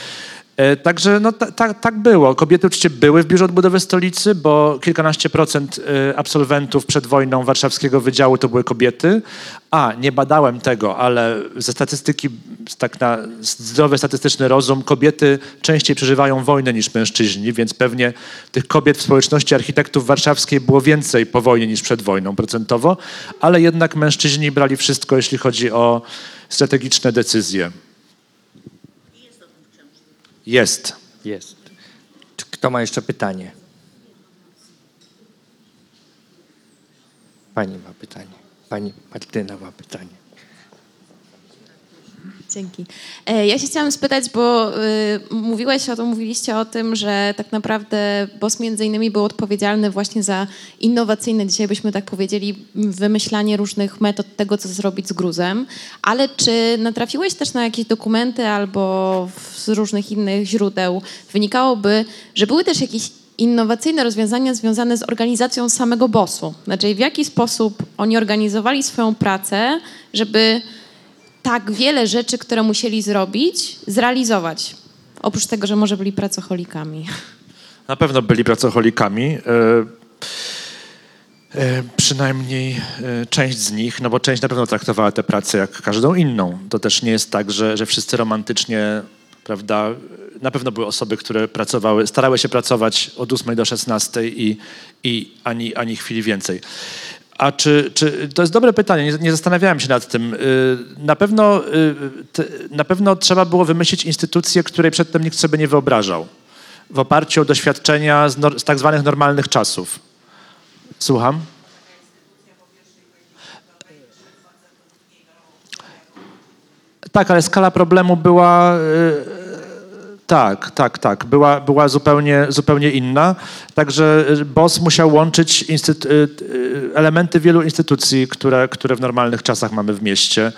Także no, ta, ta, tak było. Kobiety oczywiście były w Biurze Odbudowy Stolicy, bo kilkanaście procent absolwentów przed wojną warszawskiego wydziału to były kobiety. A, nie badałem tego, ale ze statystyki, tak na zdrowy statystyczny rozum, kobiety częściej przeżywają wojnę niż mężczyźni, więc pewnie tych kobiet w społeczności architektów warszawskiej było więcej po wojnie niż przed wojną procentowo, ale jednak mężczyźni brali wszystko, jeśli chodzi o strategiczne decyzje. Jest. Jest. Czy kto ma jeszcze pytanie? Pani ma pytanie. Pani Martyna ma pytanie. Dzięki. E, Ja się chciałam spytać, bo y, mówiłeś o tym, mówiliście o tym, że tak naprawdę B O S między innymi był odpowiedzialny właśnie za innowacyjne, dzisiaj byśmy tak powiedzieli, wymyślanie różnych metod tego, co zrobić z gruzem, ale czy natrafiłeś też na jakieś dokumenty albo z różnych innych źródeł wynikałoby, że były też jakieś innowacyjne rozwiązania związane z organizacją samego B O S-u? Znaczy w jaki sposób oni organizowali swoją pracę, żeby tak wiele rzeczy, które musieli zrobić, zrealizować. Oprócz tego, że może byli pracocholikami. Na pewno byli pracocholikami. E, e, przynajmniej e, część z nich, no bo część na pewno traktowała tę pracę jak każdą inną. To też nie jest tak, że, że wszyscy romantycznie, prawda, na pewno były osoby, które pracowały, starały się pracować od ósmej do szesnastej i, i ani, ani chwili więcej. A czy, czy to jest dobre pytanie, nie, nie zastanawiałem się nad tym. Na pewno, na pewno trzeba było wymyślić instytucję, której przedtem nikt sobie nie wyobrażał, w oparciu o doświadczenia z, nor, z tak zwanych normalnych czasów. Słucham? Tak, ale skala problemu była... Tak, tak, tak. Była, była zupełnie, zupełnie inna. Także B O S musiał łączyć instytu- elementy wielu instytucji, które, które w normalnych czasach mamy w mieście.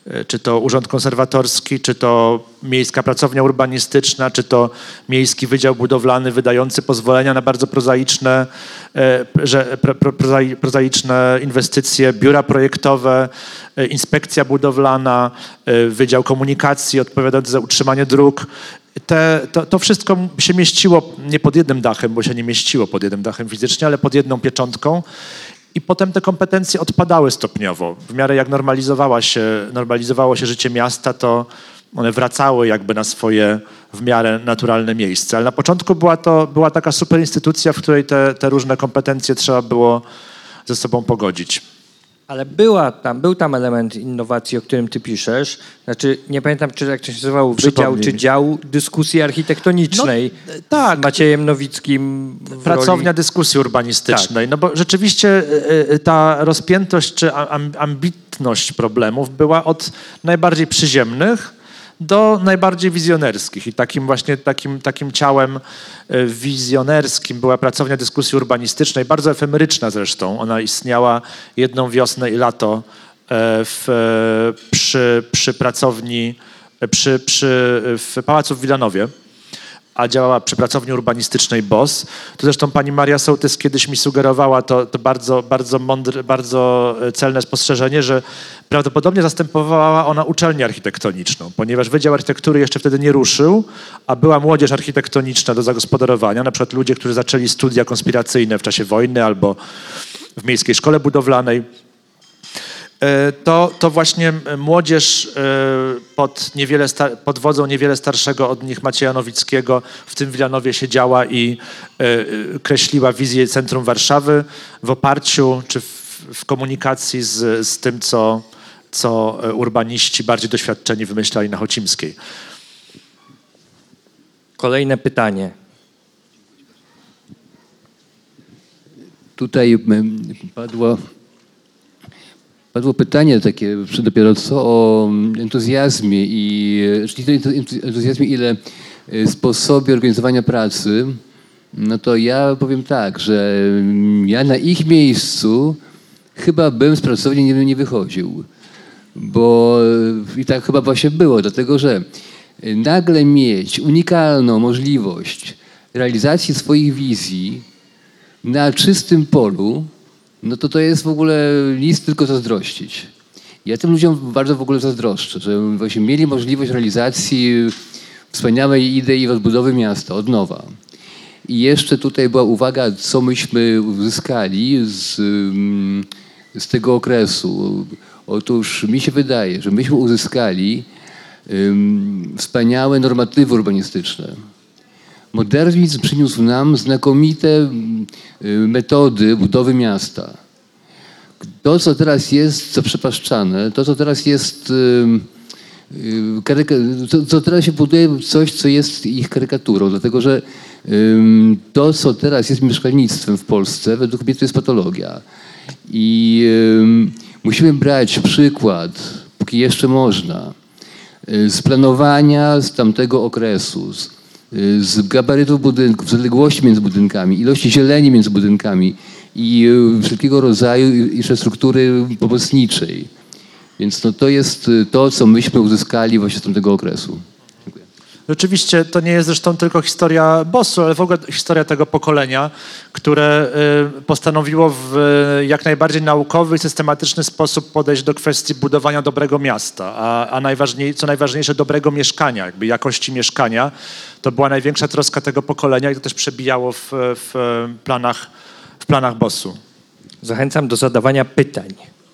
czy to Urząd Konserwatorski, czy to Miejska Pracownia Urbanistyczna, czy to Miejski Wydział Budowlany wydający pozwolenia na bardzo prozaiczne, że, prozai, prozaiczne inwestycje, biura projektowe, inspekcja budowlana, Wydział Komunikacji odpowiadający za utrzymanie dróg. Te, to, to wszystko się mieściło nie pod jednym dachem, bo się nie mieściło pod jednym dachem fizycznie, ale pod jedną pieczątką. I potem te kompetencje odpadały stopniowo. W miarę jak normalizowała się, normalizowało się życie miasta, to one wracały jakby na swoje w miarę naturalne miejsce. Ale na początku była to była taka super instytucja, w której te, te różne kompetencje trzeba było ze sobą pogodzić. Ale była tam, był tam element innowacji, o którym ty piszesz. Znaczy, nie pamiętam, czy jak to się nazywało, wydział czy dział dyskusji architektonicznej no, tak. z Maciejem Nowickim. W Pracownia roli... dyskusji urbanistycznej. Tak. No bo rzeczywiście y, ta rozpiętość czy ambitność problemów była od najbardziej przyziemnych do najbardziej wizjonerskich. I takim właśnie takim, takim ciałem wizjonerskim była Pracownia Dyskusji Urbanistycznej, bardzo efemeryczna zresztą. Ona istniała jedną wiosnę i lato w, przy, przy pracowni, przy, przy, w Pałacu w Wilanowie, a działała przy Pracowni Urbanistycznej B O S. Tu zresztą pani Maria Sołtys kiedyś mi sugerowała to, to bardzo, bardzo mądre, bardzo celne spostrzeżenie, że prawdopodobnie zastępowała ona uczelnię architektoniczną, ponieważ Wydział Architektury jeszcze wtedy nie ruszył, a była młodzież architektoniczna do zagospodarowania, na przykład ludzie, którzy zaczęli studia konspiracyjne w czasie wojny albo w Miejskiej Szkole Budowlanej. To, to właśnie młodzież pod, niewiele star- pod wodzą niewiele starszego od nich Macieja Nowickiego w tym Wilanowie siedziała i kreśliła wizję centrum Warszawy w oparciu czy w, w komunikacji z, z tym, co, co urbaniści bardziej doświadczeni wymyślali na Chocimskiej. Kolejne pytanie. Tutaj padło... Padło pytanie takie dopiero co o entuzjazmie i czyli nie entuzjazmie, ile sposobie organizowania pracy. No to ja powiem tak, że ja na ich miejscu chyba bym z pracowni nie, nie wychodził. Bo i tak chyba właśnie było, dlatego że nagle mieć unikalną możliwość realizacji swoich wizji na czystym polu, no to to jest w ogóle nic tylko zazdrościć. Ja tym ludziom bardzo w ogóle zazdroszczę, że właśnie mieli możliwość realizacji wspaniałej idei odbudowy miasta od nowa. I jeszcze tutaj była uwaga, co myśmy uzyskali z, z tego okresu. Otóż mi się wydaje, że myśmy uzyskali um, wspaniałe normatywy urbanistyczne. Modernizm przyniósł nam znakomite metody budowy miasta. To, co teraz jest zaprzepaszczane, to, co teraz jest, to, co teraz się buduje, coś, co jest ich karykaturą, dlatego że to, co teraz jest mieszkalnictwem w Polsce, według mnie to jest patologia. I musimy brać przykład, póki jeszcze można, z planowania z tamtego okresu, z z gabarytów budynków, z odległości między budynkami, ilości zieleni między budynkami i wszelkiego rodzaju infrastruktury pomocniczej. Więc no, to jest to, co myśmy uzyskali właśnie z tamtego okresu. Dziękuję. Rzeczywiście to nie jest zresztą tylko historia B O S-u, ale w ogóle historia tego pokolenia, które postanowiło w jak najbardziej naukowy i systematyczny sposób podejść do kwestii budowania dobrego miasta, a, a najważniej, co najważniejsze dobrego mieszkania, jakby jakości mieszkania. To była największa troska tego pokolenia i to też przebijało w, w planach, w planach B O S-u. Zachęcam do zadawania pytań.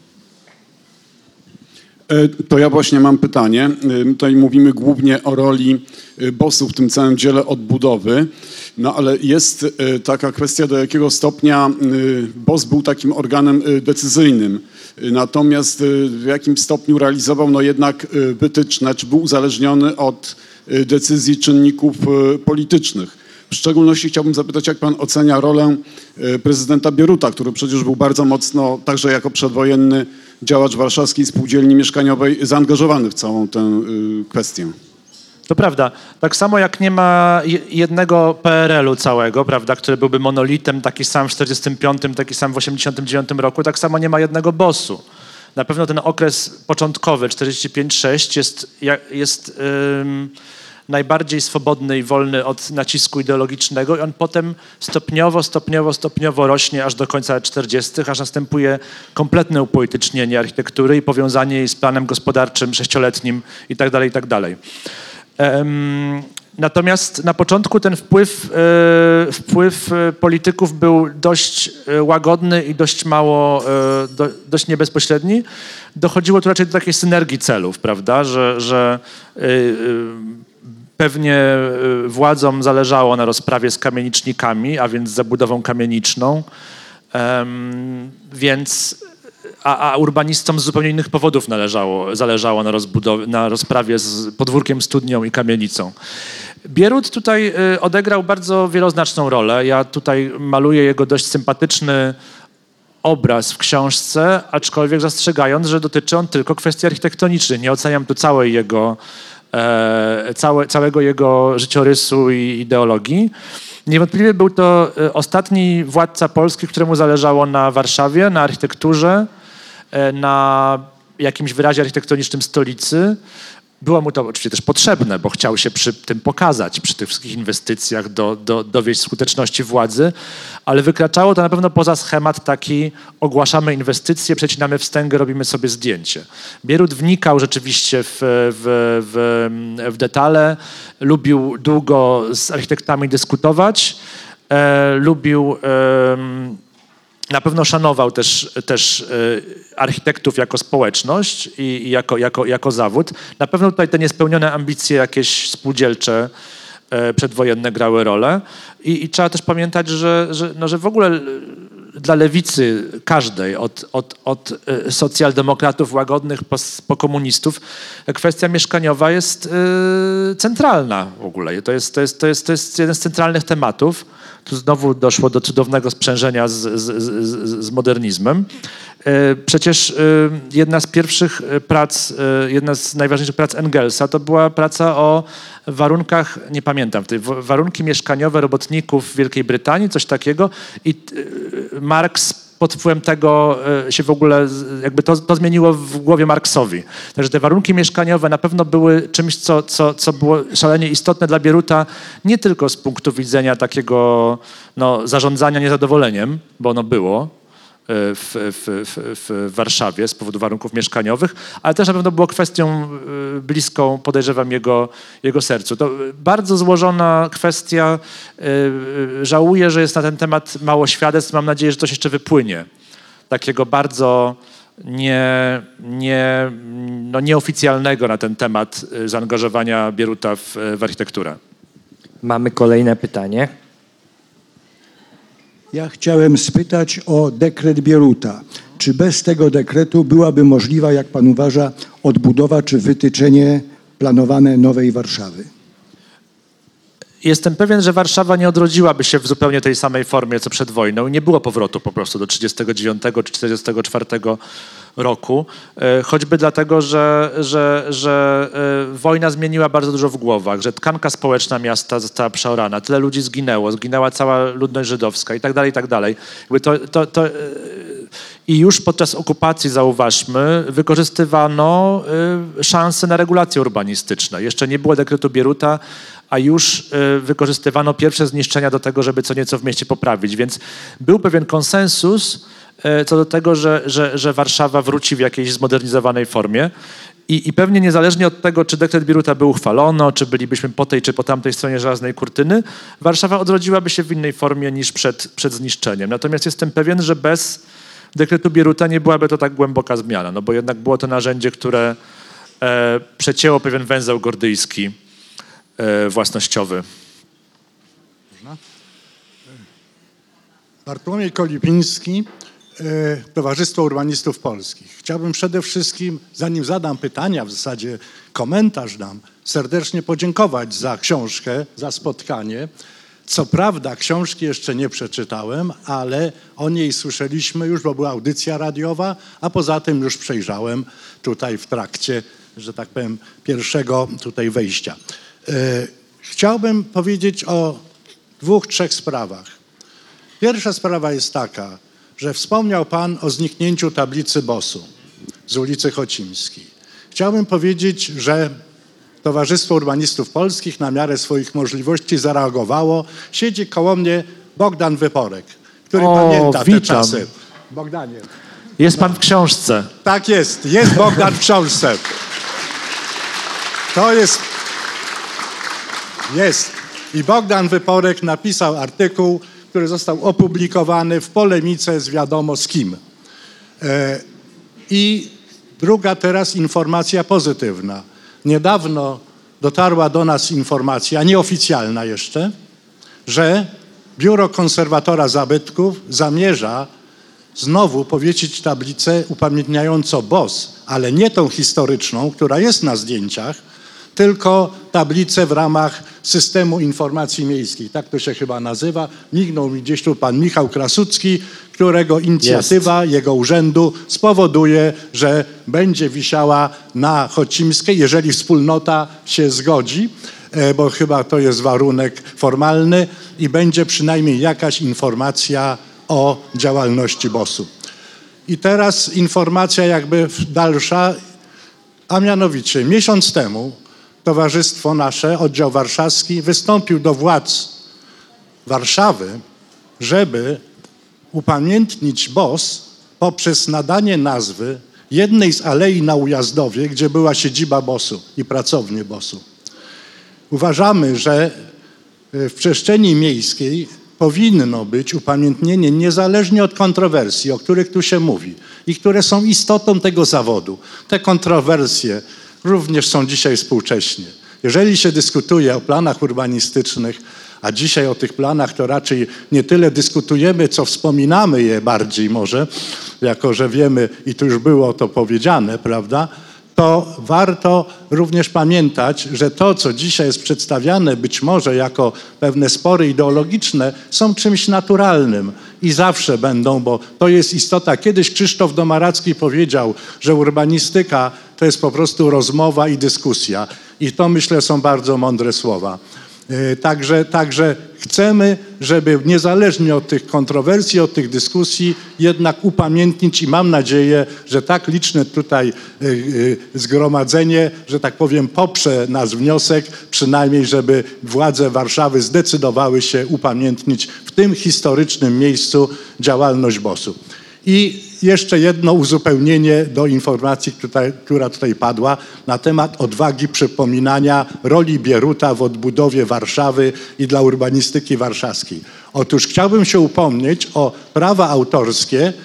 To ja właśnie mam pytanie. Tutaj mówimy głównie o roli B O S-u w tym całym dziele odbudowy, no ale jest taka kwestia, do jakiego stopnia B O S był takim organem decyzyjnym, natomiast w jakim stopniu realizował no jednak wytyczne, czy był uzależniony od decyzji czynników politycznych. W szczególności chciałbym zapytać, jak pan ocenia rolę prezydenta Bieruta, który przecież był bardzo mocno, także jako przedwojenny działacz Warszawskiej Spółdzielni Mieszkaniowej, zaangażowany w całą tę kwestię. To prawda. Tak samo jak nie ma jednego P R L-u całego, prawda, który byłby monolitem, taki sam w czterdziestym piątym, taki sam w osiemdziesiątym dziewiątym roku, tak samo nie ma jednego B O S-u. Na pewno ten okres początkowy, czterdzieści pięć sześć, jest, jest ym, najbardziej swobodny i wolny od nacisku ideologicznego i on potem stopniowo, stopniowo, stopniowo rośnie aż do końca lat czterdziestych, aż następuje kompletne upolitycznienie architektury i powiązanie jej z planem gospodarczym sześcioletnim i tak dalej, i tak dalej. Ym, Natomiast na początku ten wpływ, e, wpływ polityków był dość łagodny i dość mało, e, do, dość niebezpośredni. Dochodziło tu raczej do takiej synergii celów, prawda, że, że e, e, pewnie władzom zależało na rozprawie z kamienicznikami, a więc zabudową kamieniczną, e, więc A, a urbanistom z zupełnie innych powodów należało, zależało na, rozbudow- na rozprawie z podwórkiem, studnią i kamienicą. Bierut tutaj y, odegrał bardzo wieloznaczną rolę. Ja tutaj maluję jego dość sympatyczny obraz w książce, aczkolwiek zastrzegając, że dotyczy on tylko kwestii architektonicznych. Nie oceniam tu całej jego, e, całe, całego jego życiorysu i ideologii. Niewątpliwie był to ostatni władca Polski, któremu zależało na Warszawie, na architekturze, na jakimś wyrazie architektonicznym stolicy. Było mu to oczywiście też potrzebne, bo chciał się przy tym pokazać, przy tych wszystkich inwestycjach do, do, dowieść skuteczności władzy, ale wykraczało to na pewno poza schemat taki: ogłaszamy inwestycje, przecinamy wstęgę, robimy sobie zdjęcie. Bierut wnikał rzeczywiście w, w, w, w detale, lubił długo z architektami dyskutować, e, lubił... E, Na pewno szanował też, też y, architektów jako społeczność i, i jako, jako, jako zawód. Na pewno tutaj te niespełnione ambicje jakieś spółdzielcze y, przedwojenne grały rolę. I, i trzeba też pamiętać, że, że, no, że w ogóle dla lewicy każdej, od, od, od y, socjaldemokratów łagodnych po, po komunistów, kwestia mieszkaniowa jest y, centralna w ogóle. To jest, to, jest, to, jest, to jest jeden z centralnych tematów. Tu znowu doszło do cudownego sprzężenia z, z, z, z modernizmem. Przecież jedna z pierwszych prac, jedna z najważniejszych prac Engelsa to była praca o warunkach, nie pamiętam, warunki mieszkaniowe robotników w Wielkiej Brytanii, coś takiego. I Marx pod wpływem tego się w ogóle, jakby to, to zmieniło w głowie Marksowi. Także te warunki mieszkaniowe na pewno były czymś, co, co, co było szalenie istotne dla Bieruta, nie tylko z punktu widzenia takiego no, zarządzania niezadowoleniem, bo ono było w, w, w, w Warszawie z powodu warunków mieszkaniowych, ale też na pewno było kwestią bliską, podejrzewam, jego, jego sercu. To bardzo złożona kwestia. Żałuję, że jest na ten temat mało świadectw. Mam nadzieję, że coś jeszcze wypłynie. Takiego bardzo nie, nie, no nieoficjalnego na ten temat zaangażowania Bieruta w, w architekturę. Mamy kolejne pytanie. Ja chciałem spytać o dekret Bieruta. Czy bez tego dekretu byłaby możliwa, jak pan uważa, odbudowa czy wytyczenie planowane nowej Warszawy? Jestem pewien, że Warszawa nie odrodziłaby się w zupełnie tej samej formie, co przed wojną. Nie było powrotu po prostu do trzydziestego dziewiątego czy czterdziestego czwartego roku, choćby dlatego, że, że, że wojna zmieniła bardzo dużo w głowach, że tkanka społeczna miasta została przeorana, tyle ludzi zginęło, zginęła cała ludność żydowska i tak dalej, i tak dalej. To, to, to, I już podczas okupacji, zauważmy, wykorzystywano szanse na regulacje urbanistyczne. Jeszcze nie było dekretu Bieruta, a już wykorzystywano pierwsze zniszczenia do tego, żeby co nieco w mieście poprawić. Więc był pewien konsensus co do tego, że, że, że Warszawa wróci w jakiejś zmodernizowanej formie. I, I pewnie niezależnie od tego, czy dekret Bieruta był uchwalono, czy bylibyśmy po tej, czy po tamtej stronie żelaznej kurtyny, Warszawa odrodziłaby się w innej formie niż przed, przed zniszczeniem. Natomiast jestem pewien, że bez dekretu Bieruta nie byłaby to tak głęboka zmiana, no bo jednak było to narzędzie, które e, przecięło pewien węzeł gordyjski e, własnościowy. Bartłomiej Kolipiński, Towarzystwo Urbanistów Polskich. Chciałbym przede wszystkim, zanim zadam pytania, w zasadzie komentarz dam, serdecznie podziękować za książkę, za spotkanie. Co prawda książki jeszcze nie przeczytałem, ale o niej słyszeliśmy już, bo była audycja radiowa, a poza tym już przejrzałem tutaj w trakcie, że tak powiem, pierwszego tutaj wejścia. Chciałbym powiedzieć o dwóch, trzech sprawach. Pierwsza sprawa jest taka, że wspomniał pan o zniknięciu tablicy bosu. z ulicy Chocimskiej. Chciałbym powiedzieć, że Towarzystwo Urbanistów Polskich na miarę swoich możliwości zareagowało. Siedzi koło mnie Bogdan Wyporek, który O, pamięta witam. te czasy. Bogdanie. Jest pan w książce. Tak jest, jest Bogdan w książce. To jest, jest. I Bogdan Wyporek napisał artykuł, który został opublikowany w polemice z wiadomo z kim. E, I druga teraz informacja pozytywna. Niedawno dotarła do nas informacja, nieoficjalna jeszcze, że Biuro Konserwatora Zabytków zamierza znowu powiesić tablicę upamiętniającą B O S, ale nie tą historyczną, która jest na zdjęciach, tylko tablicę w ramach Systemu Informacji Miejskiej. Tak to się chyba nazywa. Mignął mi gdzieś tu pan Michał Krasucki, którego inicjatywa jest. Jego urzędu spowoduje, że będzie wisiała na Chocimskiej, jeżeli wspólnota się zgodzi, bo chyba to jest warunek formalny i będzie przynajmniej jakaś informacja o działalności B O S-u. I teraz informacja jakby dalsza, a mianowicie miesiąc temu towarzystwo nasze, oddział warszawski, wystąpił do władz Warszawy, żeby upamiętnić B O S poprzez nadanie nazwy jednej z alei na Ujazdowie, gdzie była siedziba B O S-u i pracownie B O S-u. Uważamy, że w przestrzeni miejskiej powinno być upamiętnienie niezależnie od kontrowersji, o których tu się mówi i które są istotą tego zawodu. Te kontrowersje również są dzisiaj współcześnie. Jeżeli się dyskutuje o planach urbanistycznych, a dzisiaj o tych planach to raczej nie tyle dyskutujemy, co wspominamy je bardziej może, jako że wiemy i tu już było to powiedziane, prawda, to warto również pamiętać, że to, co dzisiaj jest przedstawiane być może jako pewne spory ideologiczne, są czymś naturalnym i zawsze będą, bo to jest istota. Kiedyś Krzysztof Domaracki powiedział, że urbanistyka to jest po prostu rozmowa i dyskusja. I to, myślę, są bardzo mądre słowa. Także, także chcemy, żeby niezależnie od tych kontrowersji, od tych dyskusji jednak upamiętnić i mam nadzieję, że tak liczne tutaj zgromadzenie, że tak powiem, poprze nasz wniosek, przynajmniej żeby władze Warszawy zdecydowały się upamiętnić w tym historycznym miejscu działalność B O S-u. I jeszcze jedno uzupełnienie do informacji, tutaj, która tutaj padła na temat odwagi przypominania roli Bieruta w odbudowie Warszawy i dla urbanistyki warszawskiej. Otóż chciałbym się upomnieć o prawa autorskie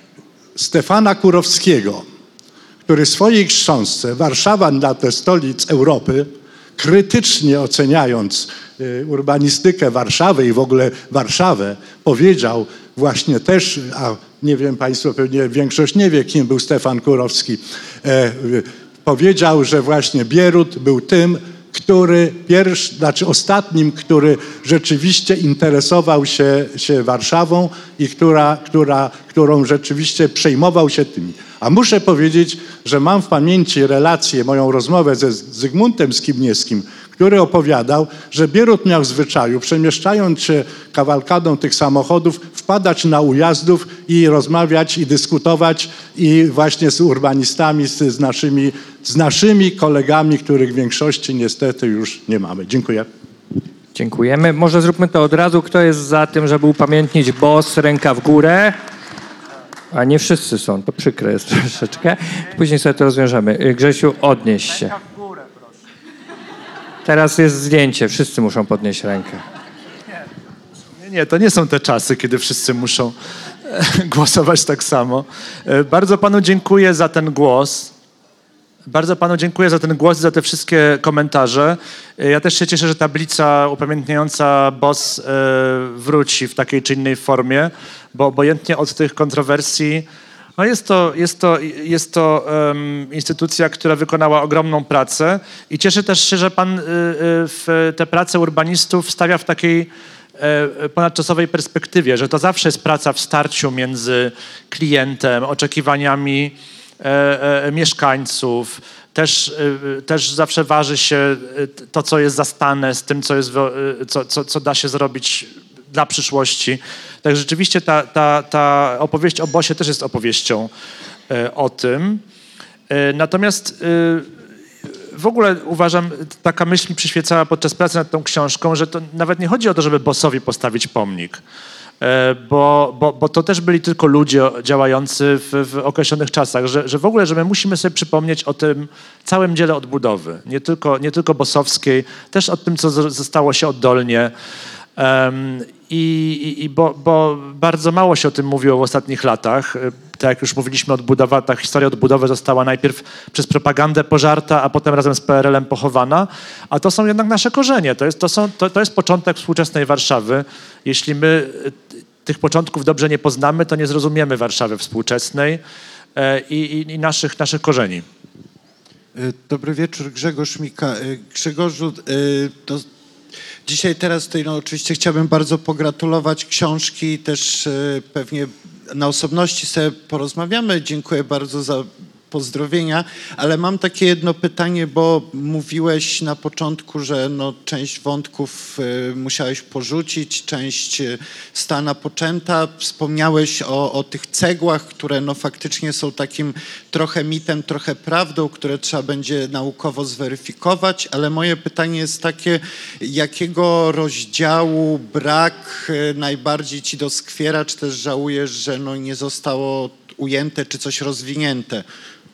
Stefana Kurowskiego, który w swojej książce Warszawa dla te stolic Europy, krytycznie oceniając y, urbanistykę Warszawy i w ogóle Warszawę, powiedział właśnie też, a nie wiem, państwo pewnie większość nie wie, kim był Stefan Kurowski, e, powiedział, że właśnie Bierut był tym, który pierwszy, znaczy ostatnim, który rzeczywiście interesował się, się Warszawą i która, która, którą rzeczywiście przejmował się tymi. A muszę powiedzieć, że mam w pamięci relację, moją rozmowę ze Zygmuntem Skibniewskim, który opowiadał, że Bierut miał w zwyczaju, przemieszczając się kawalkadą tych samochodów, wpadać na ujazdów i rozmawiać i dyskutować i właśnie z urbanistami, z, z, naszymi, z naszymi kolegami, których w większości niestety już nie mamy. Dziękuję. Dziękujemy. Może zróbmy to od razu. Kto jest za tym, żeby upamiętnić B O S? Ręka w górę. A nie wszyscy są, to przykre jest troszeczkę. Później sobie to rozwiążemy. Grzesiu, odnieś się. Teraz jest zdjęcie, wszyscy muszą podnieść rękę. Nie, nie, to nie są te czasy, kiedy wszyscy muszą głosować tak samo. Bardzo panu dziękuję za ten głos. Bardzo panu dziękuję za ten głos i za te wszystkie komentarze. Ja też się cieszę, że tablica upamiętniająca B O S wróci w takiej czy innej formie, bo obojętnie od tych kontrowersji, no jest to, jest to, jest to um, instytucja, która wykonała ogromną pracę i cieszę też się, że pan y, y, w te prace urbanistów stawia w takiej y, ponadczasowej perspektywie, że to zawsze jest praca w starciu między klientem, oczekiwaniami y, y, mieszkańców. Też, y, też zawsze waży się to, co jest zastane z tym, co, jest, y, co, co, co da się zrobić dla przyszłości. Tak rzeczywiście ta, ta, ta opowieść o B O S-ie też jest opowieścią e, o tym. E, Natomiast e, w ogóle uważam, taka myśl mi przyświecała podczas pracy nad tą książką, że to nawet nie chodzi o to, żeby bossowi postawić pomnik, e, bo, bo, bo to też byli tylko ludzie działający w, w określonych czasach, że, że w ogóle, że my musimy sobie przypomnieć o tym całym dziele odbudowy, nie tylko, nie tylko bossowskiej, też o tym, co zostało się oddolnie. Um, I i, i bo, bo bardzo mało się o tym mówiło w ostatnich latach. Tak jak już mówiliśmy, odbudowa, ta historia odbudowy została najpierw przez propagandę pożarta, a potem razem z P R L-em pochowana. A to są jednak nasze korzenie. To jest, to są, to, to jest początek współczesnej Warszawy. Jeśli my tych początków dobrze nie poznamy, to nie zrozumiemy Warszawy współczesnej e, i, i naszych, naszych korzeni. Dobry wieczór, Grzegorz Mika. Grzegorzu, to dzisiaj teraz tutaj no, oczywiście chciałbym bardzo pogratulować książki, też pewnie na osobności sobie porozmawiamy. Dziękuję bardzo za pozdrowienia, ale mam takie jedno pytanie, bo mówiłeś na początku, że no, część wątków y, musiałeś porzucić, część y, stała napoczęta. Wspomniałeś o, o tych cegłach, które no, faktycznie są takim trochę mitem, trochę prawdą, które trzeba będzie naukowo zweryfikować, ale moje pytanie jest takie, jakiego rozdziału brak y, najbardziej ci doskwiera, czy też żałujesz, że no, nie zostało ujęte, czy coś rozwinięte?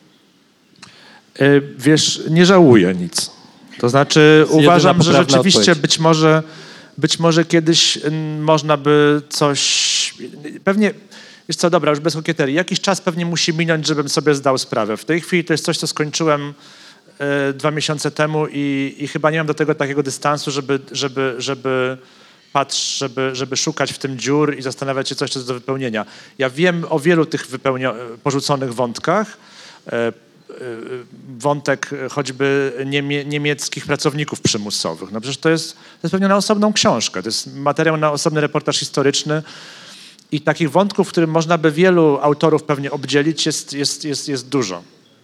Wiesz, nie żałuję nic. To znaczy uważam, że rzeczywiście odpowiedź. być może, być może kiedyś mm, można by coś... Pewnie, wiesz co, dobra, już bez kokieterii. Jakiś czas pewnie musi minąć, żebym sobie zdał sprawę. W tej chwili to jest coś, co skończyłem e, dwa miesiące temu i, i chyba nie mam do tego takiego dystansu, żeby, żeby, żeby, patrz, żeby, żeby szukać w tym dziur i zastanawiać się, co jeszcze jest do wypełnienia. Ja wiem o wielu tych wypełnio- porzuconych wątkach. E, wątek choćby niemie, niemieckich pracowników przymusowych. No przecież to jest, to jest pewnie na osobną książkę, to jest materiał na osobny reportaż historyczny i takich wątków, w którym można by wielu autorów pewnie obdzielić, jest, jest, jest, jest dużo.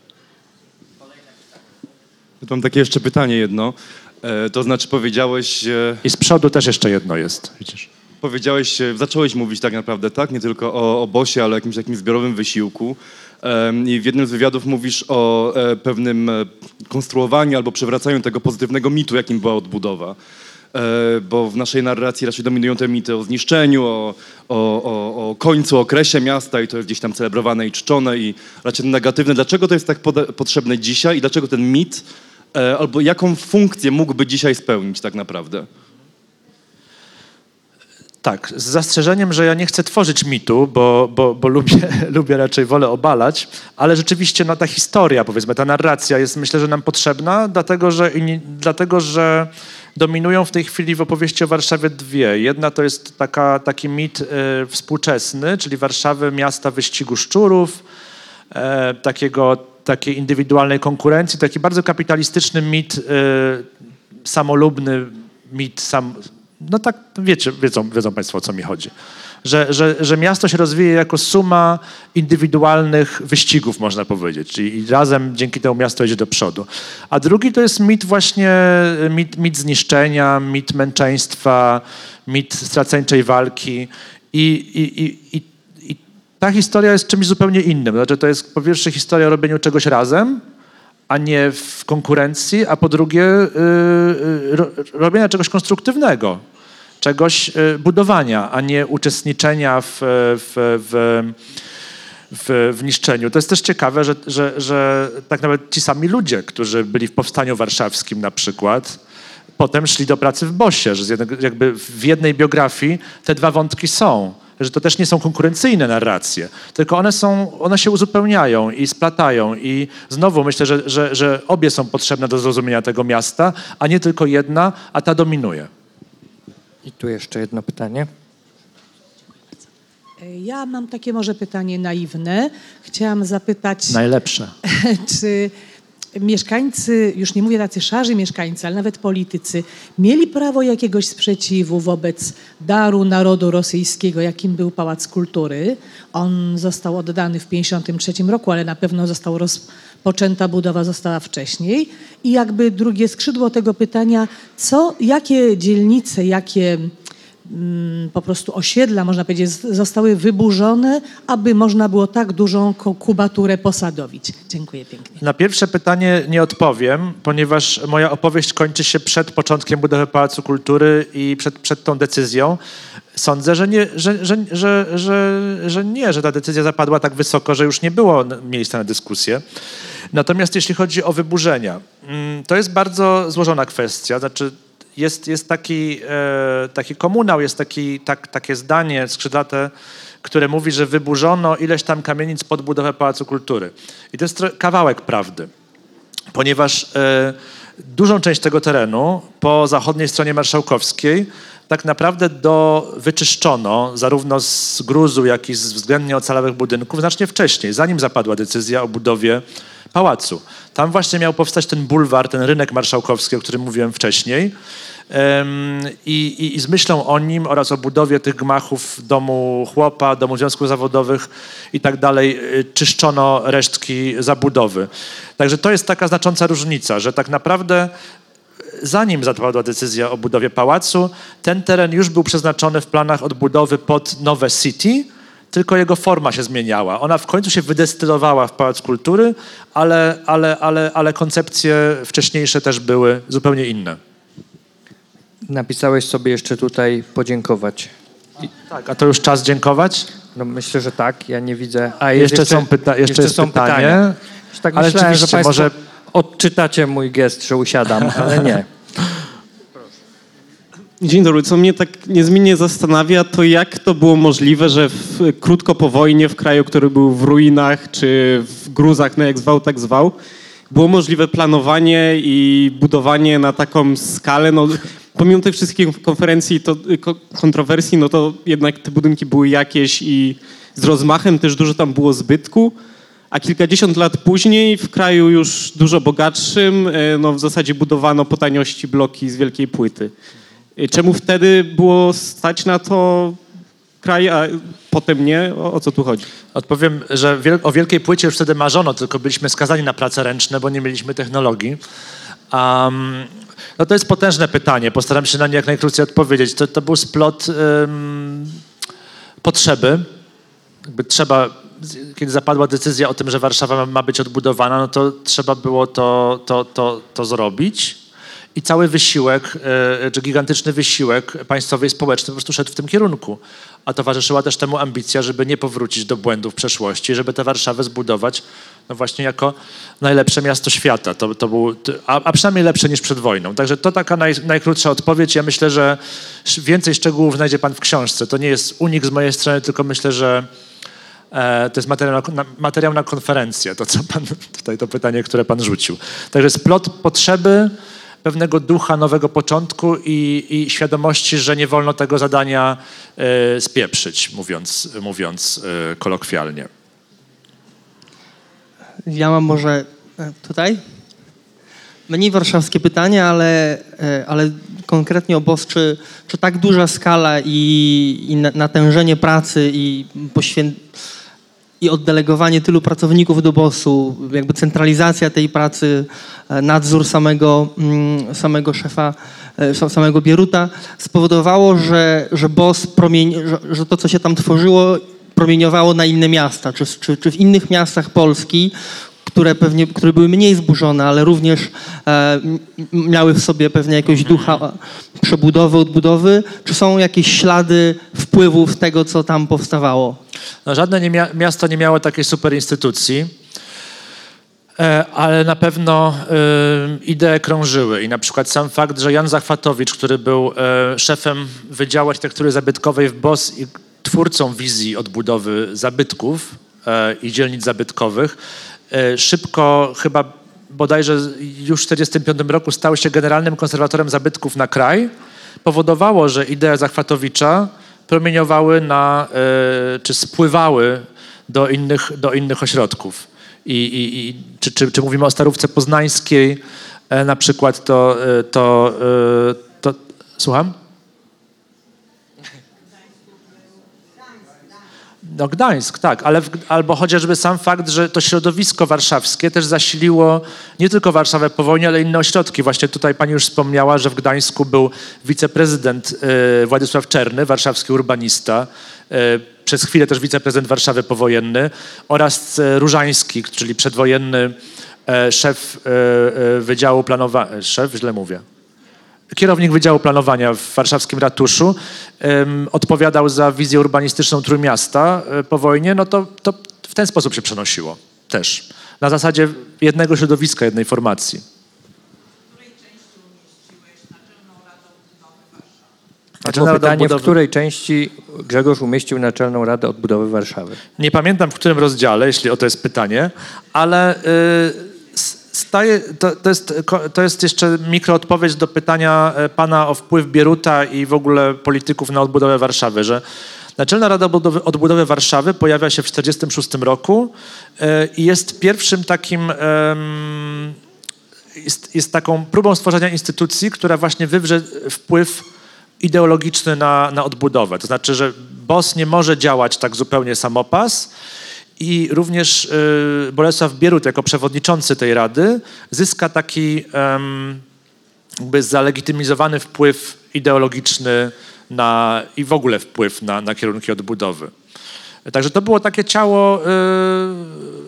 Mam takie jeszcze pytanie jedno, e, to znaczy powiedziałeś... E, I z przodu też jeszcze jedno jest, widzisz. Powiedziałeś, zacząłeś mówić tak naprawdę, tak? Nie tylko o, o bosie, ale o jakimś takim zbiorowym wysiłku. I w jednym z wywiadów mówisz o e, pewnym e, konstruowaniu albo przewracaniu tego pozytywnego mitu, jakim była odbudowa. E, bo w naszej narracji raczej dominują te mity o zniszczeniu, o, o, o, o końcu, okresie miasta i to jest gdzieś tam celebrowane i czczone i raczej negatywne. Dlaczego to jest tak poda- potrzebne dzisiaj i dlaczego ten mit, e, albo jaką funkcję mógłby dzisiaj spełnić tak naprawdę? Tak, z zastrzeżeniem, że ja nie chcę tworzyć mitu, bo, bo, bo lubię, lubię raczej, wolę obalać, ale rzeczywiście no, ta historia, powiedzmy, ta narracja jest myślę, że nam potrzebna, dlatego że, i nie, dlatego, że dominują w tej chwili w opowieści o Warszawie dwie. Jedna to jest taka, taki mit y, współczesny, czyli Warszawy, miasta wyścigu szczurów, y, takiego, takiej indywidualnej konkurencji, taki bardzo kapitalistyczny mit, y, samolubny mit, sam, no tak, wiecie, wiedzą, wiedzą Państwo, o co mi chodzi. Że, że, że miasto się rozwija jako suma indywidualnych wyścigów, można powiedzieć. Czyli razem dzięki temu miasto idzie do przodu. A drugi to jest mit właśnie, mit, mit zniszczenia, mit męczeństwa, mit straceńczej walki. I, i, i, i, i ta historia jest czymś zupełnie innym. Znaczy, to jest po pierwsze historia o robieniu czegoś razem, a nie w konkurencji, a po drugie yy, ro, robienia czegoś konstruktywnego, czegoś yy, budowania, a nie uczestniczenia w, w, w, w, w niszczeniu. To jest też ciekawe, że, że, że tak nawet ci sami ludzie, którzy byli w Powstaniu Warszawskim na przykład, potem szli do pracy w bosie, że jakby w jednej biografii te dwa wątki są. Że to też nie są konkurencyjne narracje, tylko one są, one się uzupełniają i splatają i znowu myślę, że, że, że obie są potrzebne do zrozumienia tego miasta, a nie tylko jedna, a ta dominuje. I tu jeszcze jedno pytanie. Ja mam takie może pytanie naiwne. Chciałam zapytać... Najlepsze. Czy mieszkańcy, już nie mówię tacy szarzy mieszkańcy, ale nawet politycy, mieli prawo jakiegoś sprzeciwu wobec daru narodu rosyjskiego, jakim był Pałac Kultury. On został oddany w pięćdziesiątym trzecim roku, ale na pewno został rozpoczęta budowa, została wcześniej. I jakby drugie skrzydło tego pytania, co, jakie dzielnice, jakie mm, po prostu osiedla, można powiedzieć, z- zostały wyburzone, aby można było tak dużą ko- kubaturę posadowić? Dziękuję pięknie. Na pierwsze pytanie nie odpowiem, ponieważ moja opowieść kończy się przed początkiem budowy Pałacu Kultury i przed, przed tą decyzją. Sądzę, że nie, że, że, że, że, że nie, że ta decyzja zapadła tak wysoko, że już nie było n- miejsca na dyskusję. Natomiast jeśli chodzi o wyburzenia, mm, to jest bardzo złożona kwestia. Znaczy jest, jest taki, e, taki komunał, jest taki, tak, takie zdanie skrzydlate, które mówi, że wyburzono ileś tam kamienic pod budowę Pałacu Kultury. I to jest tro- kawałek prawdy, ponieważ e, dużą część tego terenu po zachodniej stronie marszałkowskiej tak naprawdę do, wyczyszczono zarówno z gruzu, jak i z względnie ocalałych budynków znacznie wcześniej, zanim zapadła decyzja o budowie pałacu. Tam właśnie miał powstać ten bulwar, ten rynek marszałkowski, o którym mówiłem wcześniej. Ym, i, i, I z myślą o nim oraz o budowie tych gmachów domu chłopa, domu związków zawodowych i tak dalej y, czyszczono resztki zabudowy. Także to jest taka znacząca różnica, że tak naprawdę zanim zapadła decyzja o budowie pałacu, ten teren już był przeznaczony w planach odbudowy pod nowe city, tylko jego forma się zmieniała. Ona w końcu się wydestylowała w Pałac Kultury, ale, ale, ale, ale koncepcje wcześniejsze też były zupełnie inne. Napisałeś sobie jeszcze tutaj podziękować. Tak, a to już czas dziękować? No myślę, że tak, ja nie widzę. A jeszcze są pyta- jeszcze jest są pytanie. pytania. Już tak Ale myślałem, że rzeczywiście, państwo może- odczytacie mój gest, że usiadam, ale nie. Dzień dobry. Co mnie tak niezmiennie zastanawia, to jak to było możliwe, że w, krótko po wojnie w kraju, który był w ruinach czy w gruzach, no jak zwał, tak zwał, było możliwe planowanie i budowanie na taką skalę. No, pomimo tych wszystkich konferencji, to, ko- kontrowersji, no to jednak te budynki były jakieś i z rozmachem też dużo tam było zbytku. A kilkadziesiąt lat później w kraju już dużo bogatszym, e, no w zasadzie budowano po taniości bloki z wielkiej płyty. E, Czemu wtedy było stać na to kraj, a potem nie? O, o co tu chodzi? Odpowiem, że wiel- o wielkiej płycie już wtedy marzono, tylko byliśmy skazani na prace ręczne, bo nie mieliśmy technologii. Um, no to jest potężne pytanie, postaram się na nie jak najkrócej odpowiedzieć. To, to był splot um, potrzeby. Jakby trzeba, kiedy zapadła decyzja o tym, że Warszawa ma, ma być odbudowana, no to trzeba było to, to, to, to zrobić. I cały wysiłek, e, czy gigantyczny wysiłek państwowy i społeczny po prostu szedł w tym kierunku. A towarzyszyła też temu ambicja, żeby nie powrócić do błędów przeszłości, żeby tę Warszawę zbudować no właśnie jako najlepsze miasto świata. To, to był, a, a przynajmniej lepsze niż przed wojną. Także to taka naj, najkrótsza odpowiedź. Ja myślę, że więcej szczegółów znajdzie pan w książce. To nie jest unik z mojej strony, tylko myślę, że e, to jest materiał na, na, materiał na konferencję, to co pan, tutaj to pytanie, które pan rzucił. Także splot potrzeby, pewnego ducha nowego początku i, i świadomości, że nie wolno tego zadania e, spieprzyć, mówiąc, mówiąc e, kolokwialnie. Ja mam może e, tutaj mniej warszawskie pytanie, ale, e, ale konkretnie o B O S, czy, czy tak duża skala i, i na- natężenie pracy i poświę- i oddelegowanie tylu pracowników do B O S-u, jakby centralizacja tej pracy, e, nadzór samego, mm, samego szefa, e, sa- samego Bieruta spowodowało, że, że B O S, promień, że, że to, co się tam tworzyło, promieniowało na inne miasta, czy, czy, czy w innych miastach Polski, które pewnie, które były mniej zburzone, ale również e, m- miały w sobie pewnie jakiegoś ducha e, przebudowy, odbudowy, czy są jakieś ślady wpływów tego, co tam powstawało? No, żadne nie mia- miasto nie miało takiej super instytucji, e, ale na pewno e, idee krążyły i na przykład sam fakt, że Jan Zachwatowicz, który był e, szefem Wydziału Architektury Zabytkowej w B O S i twórcą wizji odbudowy zabytków e, i dzielnic zabytkowych, e, szybko chyba bodajże już w tysiąc dziewięćset czterdziestym piątym roku stał się generalnym konserwatorem zabytków na kraj, powodowało, że idee Zachwatowicza promieniowały na, e, czy spływały do innych, do innych ośrodków. I, i, i, czy, czy, czy mówimy o Starówce Poznańskiej e, na przykład, to, e, to, e, to... Słucham? No Gdańsk, tak, ale w, albo chociażby sam fakt, że to środowisko warszawskie też zasiliło nie tylko Warszawę po wojnie, ale inne ośrodki. Właśnie tutaj pani już wspomniała, że w Gdańsku był wiceprezydent y, Władysław Czerny, warszawski urbanista, y, przez chwilę też wiceprezydent Warszawy powojenny oraz y, Różański, czyli przedwojenny y, szef y, y, Wydziału Planowania, szef, źle mówię, kierownik Wydziału Planowania w warszawskim ratuszu, um, odpowiadał za wizję urbanistyczną Trójmiasta y, po wojnie, no to, to w ten sposób się przenosiło też. Na zasadzie jednego środowiska, jednej formacji. Naczelna Rada pytanie, Odbudowy... w której części Grzegorz umieścił Naczelną Radę Odbudowy Warszawy? Nie pamiętam, w którym rozdziale, jeśli o to jest pytanie, ale... Yy... Staje, to, to, jest, to jest jeszcze mikroodpowiedź do pytania pana o wpływ Bieruta i w ogóle polityków na odbudowę Warszawy, że Naczelna Rada Odbudowy, Odbudowy Warszawy pojawia się w tysiąc dziewięćset czterdziestym szóstym roku i jest pierwszym takim, jest, jest taką próbą stworzenia instytucji, która właśnie wywrze wpływ ideologiczny na, na odbudowę. To znaczy, że B O S nie może działać tak zupełnie samopas, i również y, Bolesław Bierut jako przewodniczący tej rady zyska taki um, jakby zalegitymizowany wpływ ideologiczny na, i w ogóle wpływ na, na kierunki odbudowy. Także to było takie ciało... Y,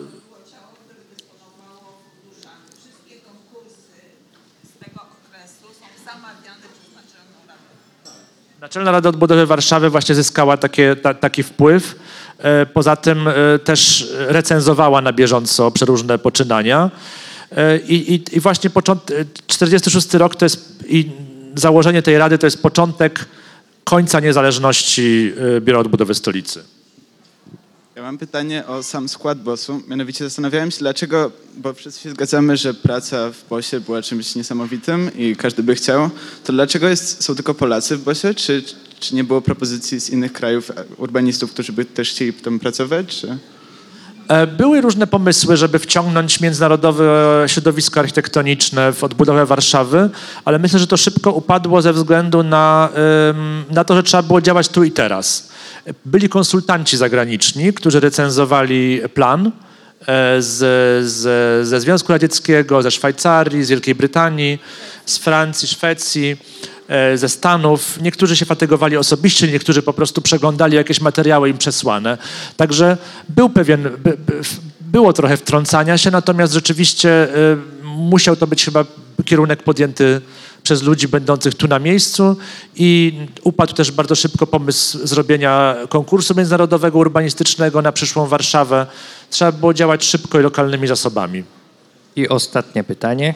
Naczelna Rada Odbudowy Warszawy właśnie zyskała takie, ta, taki wpływ. Poza tym też recenzowała na bieżąco przeróżne poczynania. I, i, i właśnie początek, czterdziesty szósty rok to jest, i założenie tej rady to jest początek końca niezależności Biura Odbudowy Stolicy. Ja mam pytanie o sam skład B O S-u. Mianowicie zastanawiałem się, dlaczego, bo wszyscy się zgadzamy, że praca w B O S-ie była czymś niesamowitym i każdy by chciał, to dlaczego jest, są tylko Polacy w B O S-ie? Czy, czy nie było propozycji z innych krajów urbanistów, którzy by też chcieli tam pracować? Czy... Były różne pomysły, żeby wciągnąć międzynarodowe środowisko architektoniczne w odbudowę Warszawy, ale myślę, że to szybko upadło ze względu na, na to, że trzeba było działać tu i teraz. Byli konsultanci zagraniczni, którzy recenzowali plan z, z, ze Związku Radzieckiego, ze Szwajcarii, z Wielkiej Brytanii, z Francji, Szwecji, ze Stanów. Niektórzy się fatygowali osobiście, niektórzy po prostu przeglądali jakieś materiały im przesłane. Także był pewien, by, by, było trochę wtrącania się, natomiast rzeczywiście y, musiał to być chyba kierunek podjęty przez ludzi będących tu na miejscu i upadł też bardzo szybko pomysł zrobienia konkursu międzynarodowego urbanistycznego na przyszłą Warszawę. Trzeba było działać szybko i lokalnymi zasobami. I ostatnie pytanie.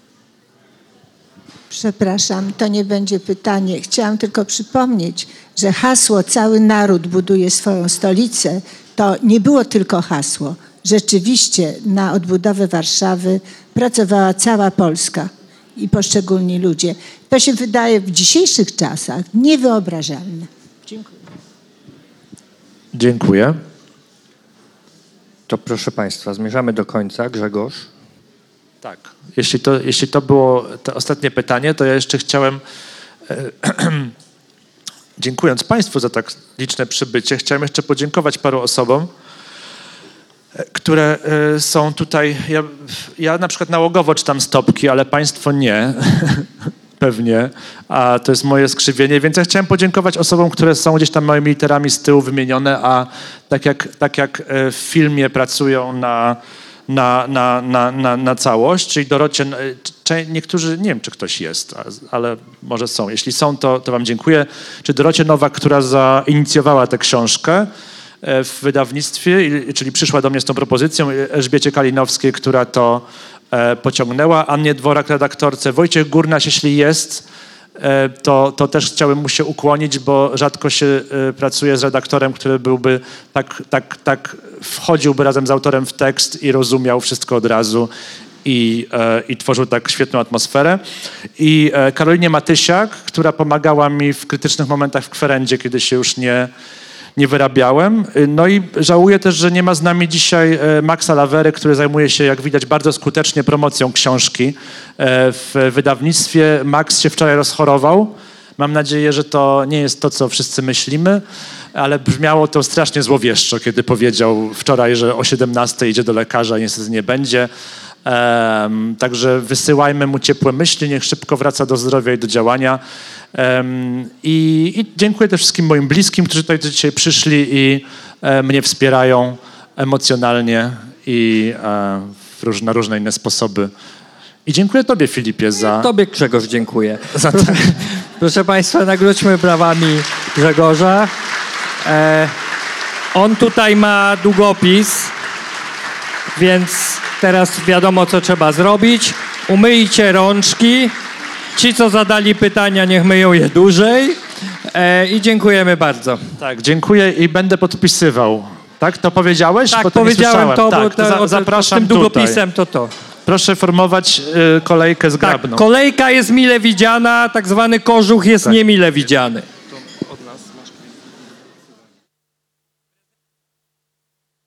Przepraszam, to nie będzie pytanie. Chciałam tylko przypomnieć, że hasło "Cały naród buduje swoją stolicę" to nie było tylko hasło. Rzeczywiście na odbudowę Warszawy pracowała cała Polska i poszczególni ludzie. To się wydaje w dzisiejszych czasach niewyobrażalne. Dziękuję. Dziękuję. To proszę Państwa, zmierzamy do końca. Grzegorz? Tak. Jeśli to, jeśli to było to ostatnie pytanie, to ja jeszcze chciałem, e, dziękując Państwu za tak liczne przybycie, chciałem jeszcze podziękować paru osobom, które e, są tutaj. Ja, ja na przykład nałogowo czytam stopki, ale Państwo nie. Pewnie, a to jest moje skrzywienie, więc ja chciałem podziękować osobom, które są gdzieś tam małymi literami z tyłu wymienione, a tak jak, tak jak w filmie pracują na Na, na, na, na, na całość, czyli Dorocie, niektórzy, nie wiem, czy ktoś jest, ale może są. Jeśli są, to, to wam dziękuję. Czy Dorocie Nowak, która zainicjowała tę książkę w wydawnictwie, czyli przyszła do mnie z tą propozycją, Elżbiecie Kalinowskiej, która to pociągnęła, Annie Dworak, redaktorce, Wojciech Górnaś, jeśli jest, to, to też chciałem mu się ukłonić, bo rzadko się pracuje z redaktorem, który byłby tak, tak, tak wchodziłby razem z autorem w tekst i rozumiał wszystko od razu i, i tworzył tak świetną atmosferę. I Karolinie Matysiak, która pomagała mi w krytycznych momentach w kwerendzie, kiedy się już nie, nie wyrabiałem. No i żałuję też, że nie ma z nami dzisiaj Maxa Lawery, który zajmuje się, jak widać, bardzo skutecznie promocją książki w wydawnictwie. Max się wczoraj rozchorował. Mam nadzieję, że to nie jest to, co wszyscy myślimy, ale brzmiało to strasznie złowieszczo, kiedy powiedział wczoraj, że o siedemnastej idzie do lekarza i niestety nie będzie. Um, także wysyłajmy mu ciepłe myśli, niech szybko wraca do zdrowia i do działania. Um, i, I dziękuję też wszystkim moim bliskim, którzy tutaj dzisiaj przyszli i e, mnie wspierają emocjonalnie i e, w róż, na różne inne sposoby. I dziękuję tobie, Filipie, za... Tobie, Grzegorz, dziękuję. Za to. Proszę Państwa, nagrodźmy brawami Grzegorza. E, on tutaj ma długopis, więc teraz wiadomo, co trzeba zrobić. Umyjcie rączki. Ci, co zadali pytania, niech myją je dłużej. E, I dziękujemy bardzo. Tak, dziękuję i będę podpisywał. Tak, to powiedziałeś? Tak, Bo to powiedziałem nie to, tak, bo to to, za, o, zapraszam z tym długopisem tutaj. to to. Proszę formować y, kolejkę zgrabną. Tak, kolejka jest mile widziana, tak zwany kożuch jest niemile widziany.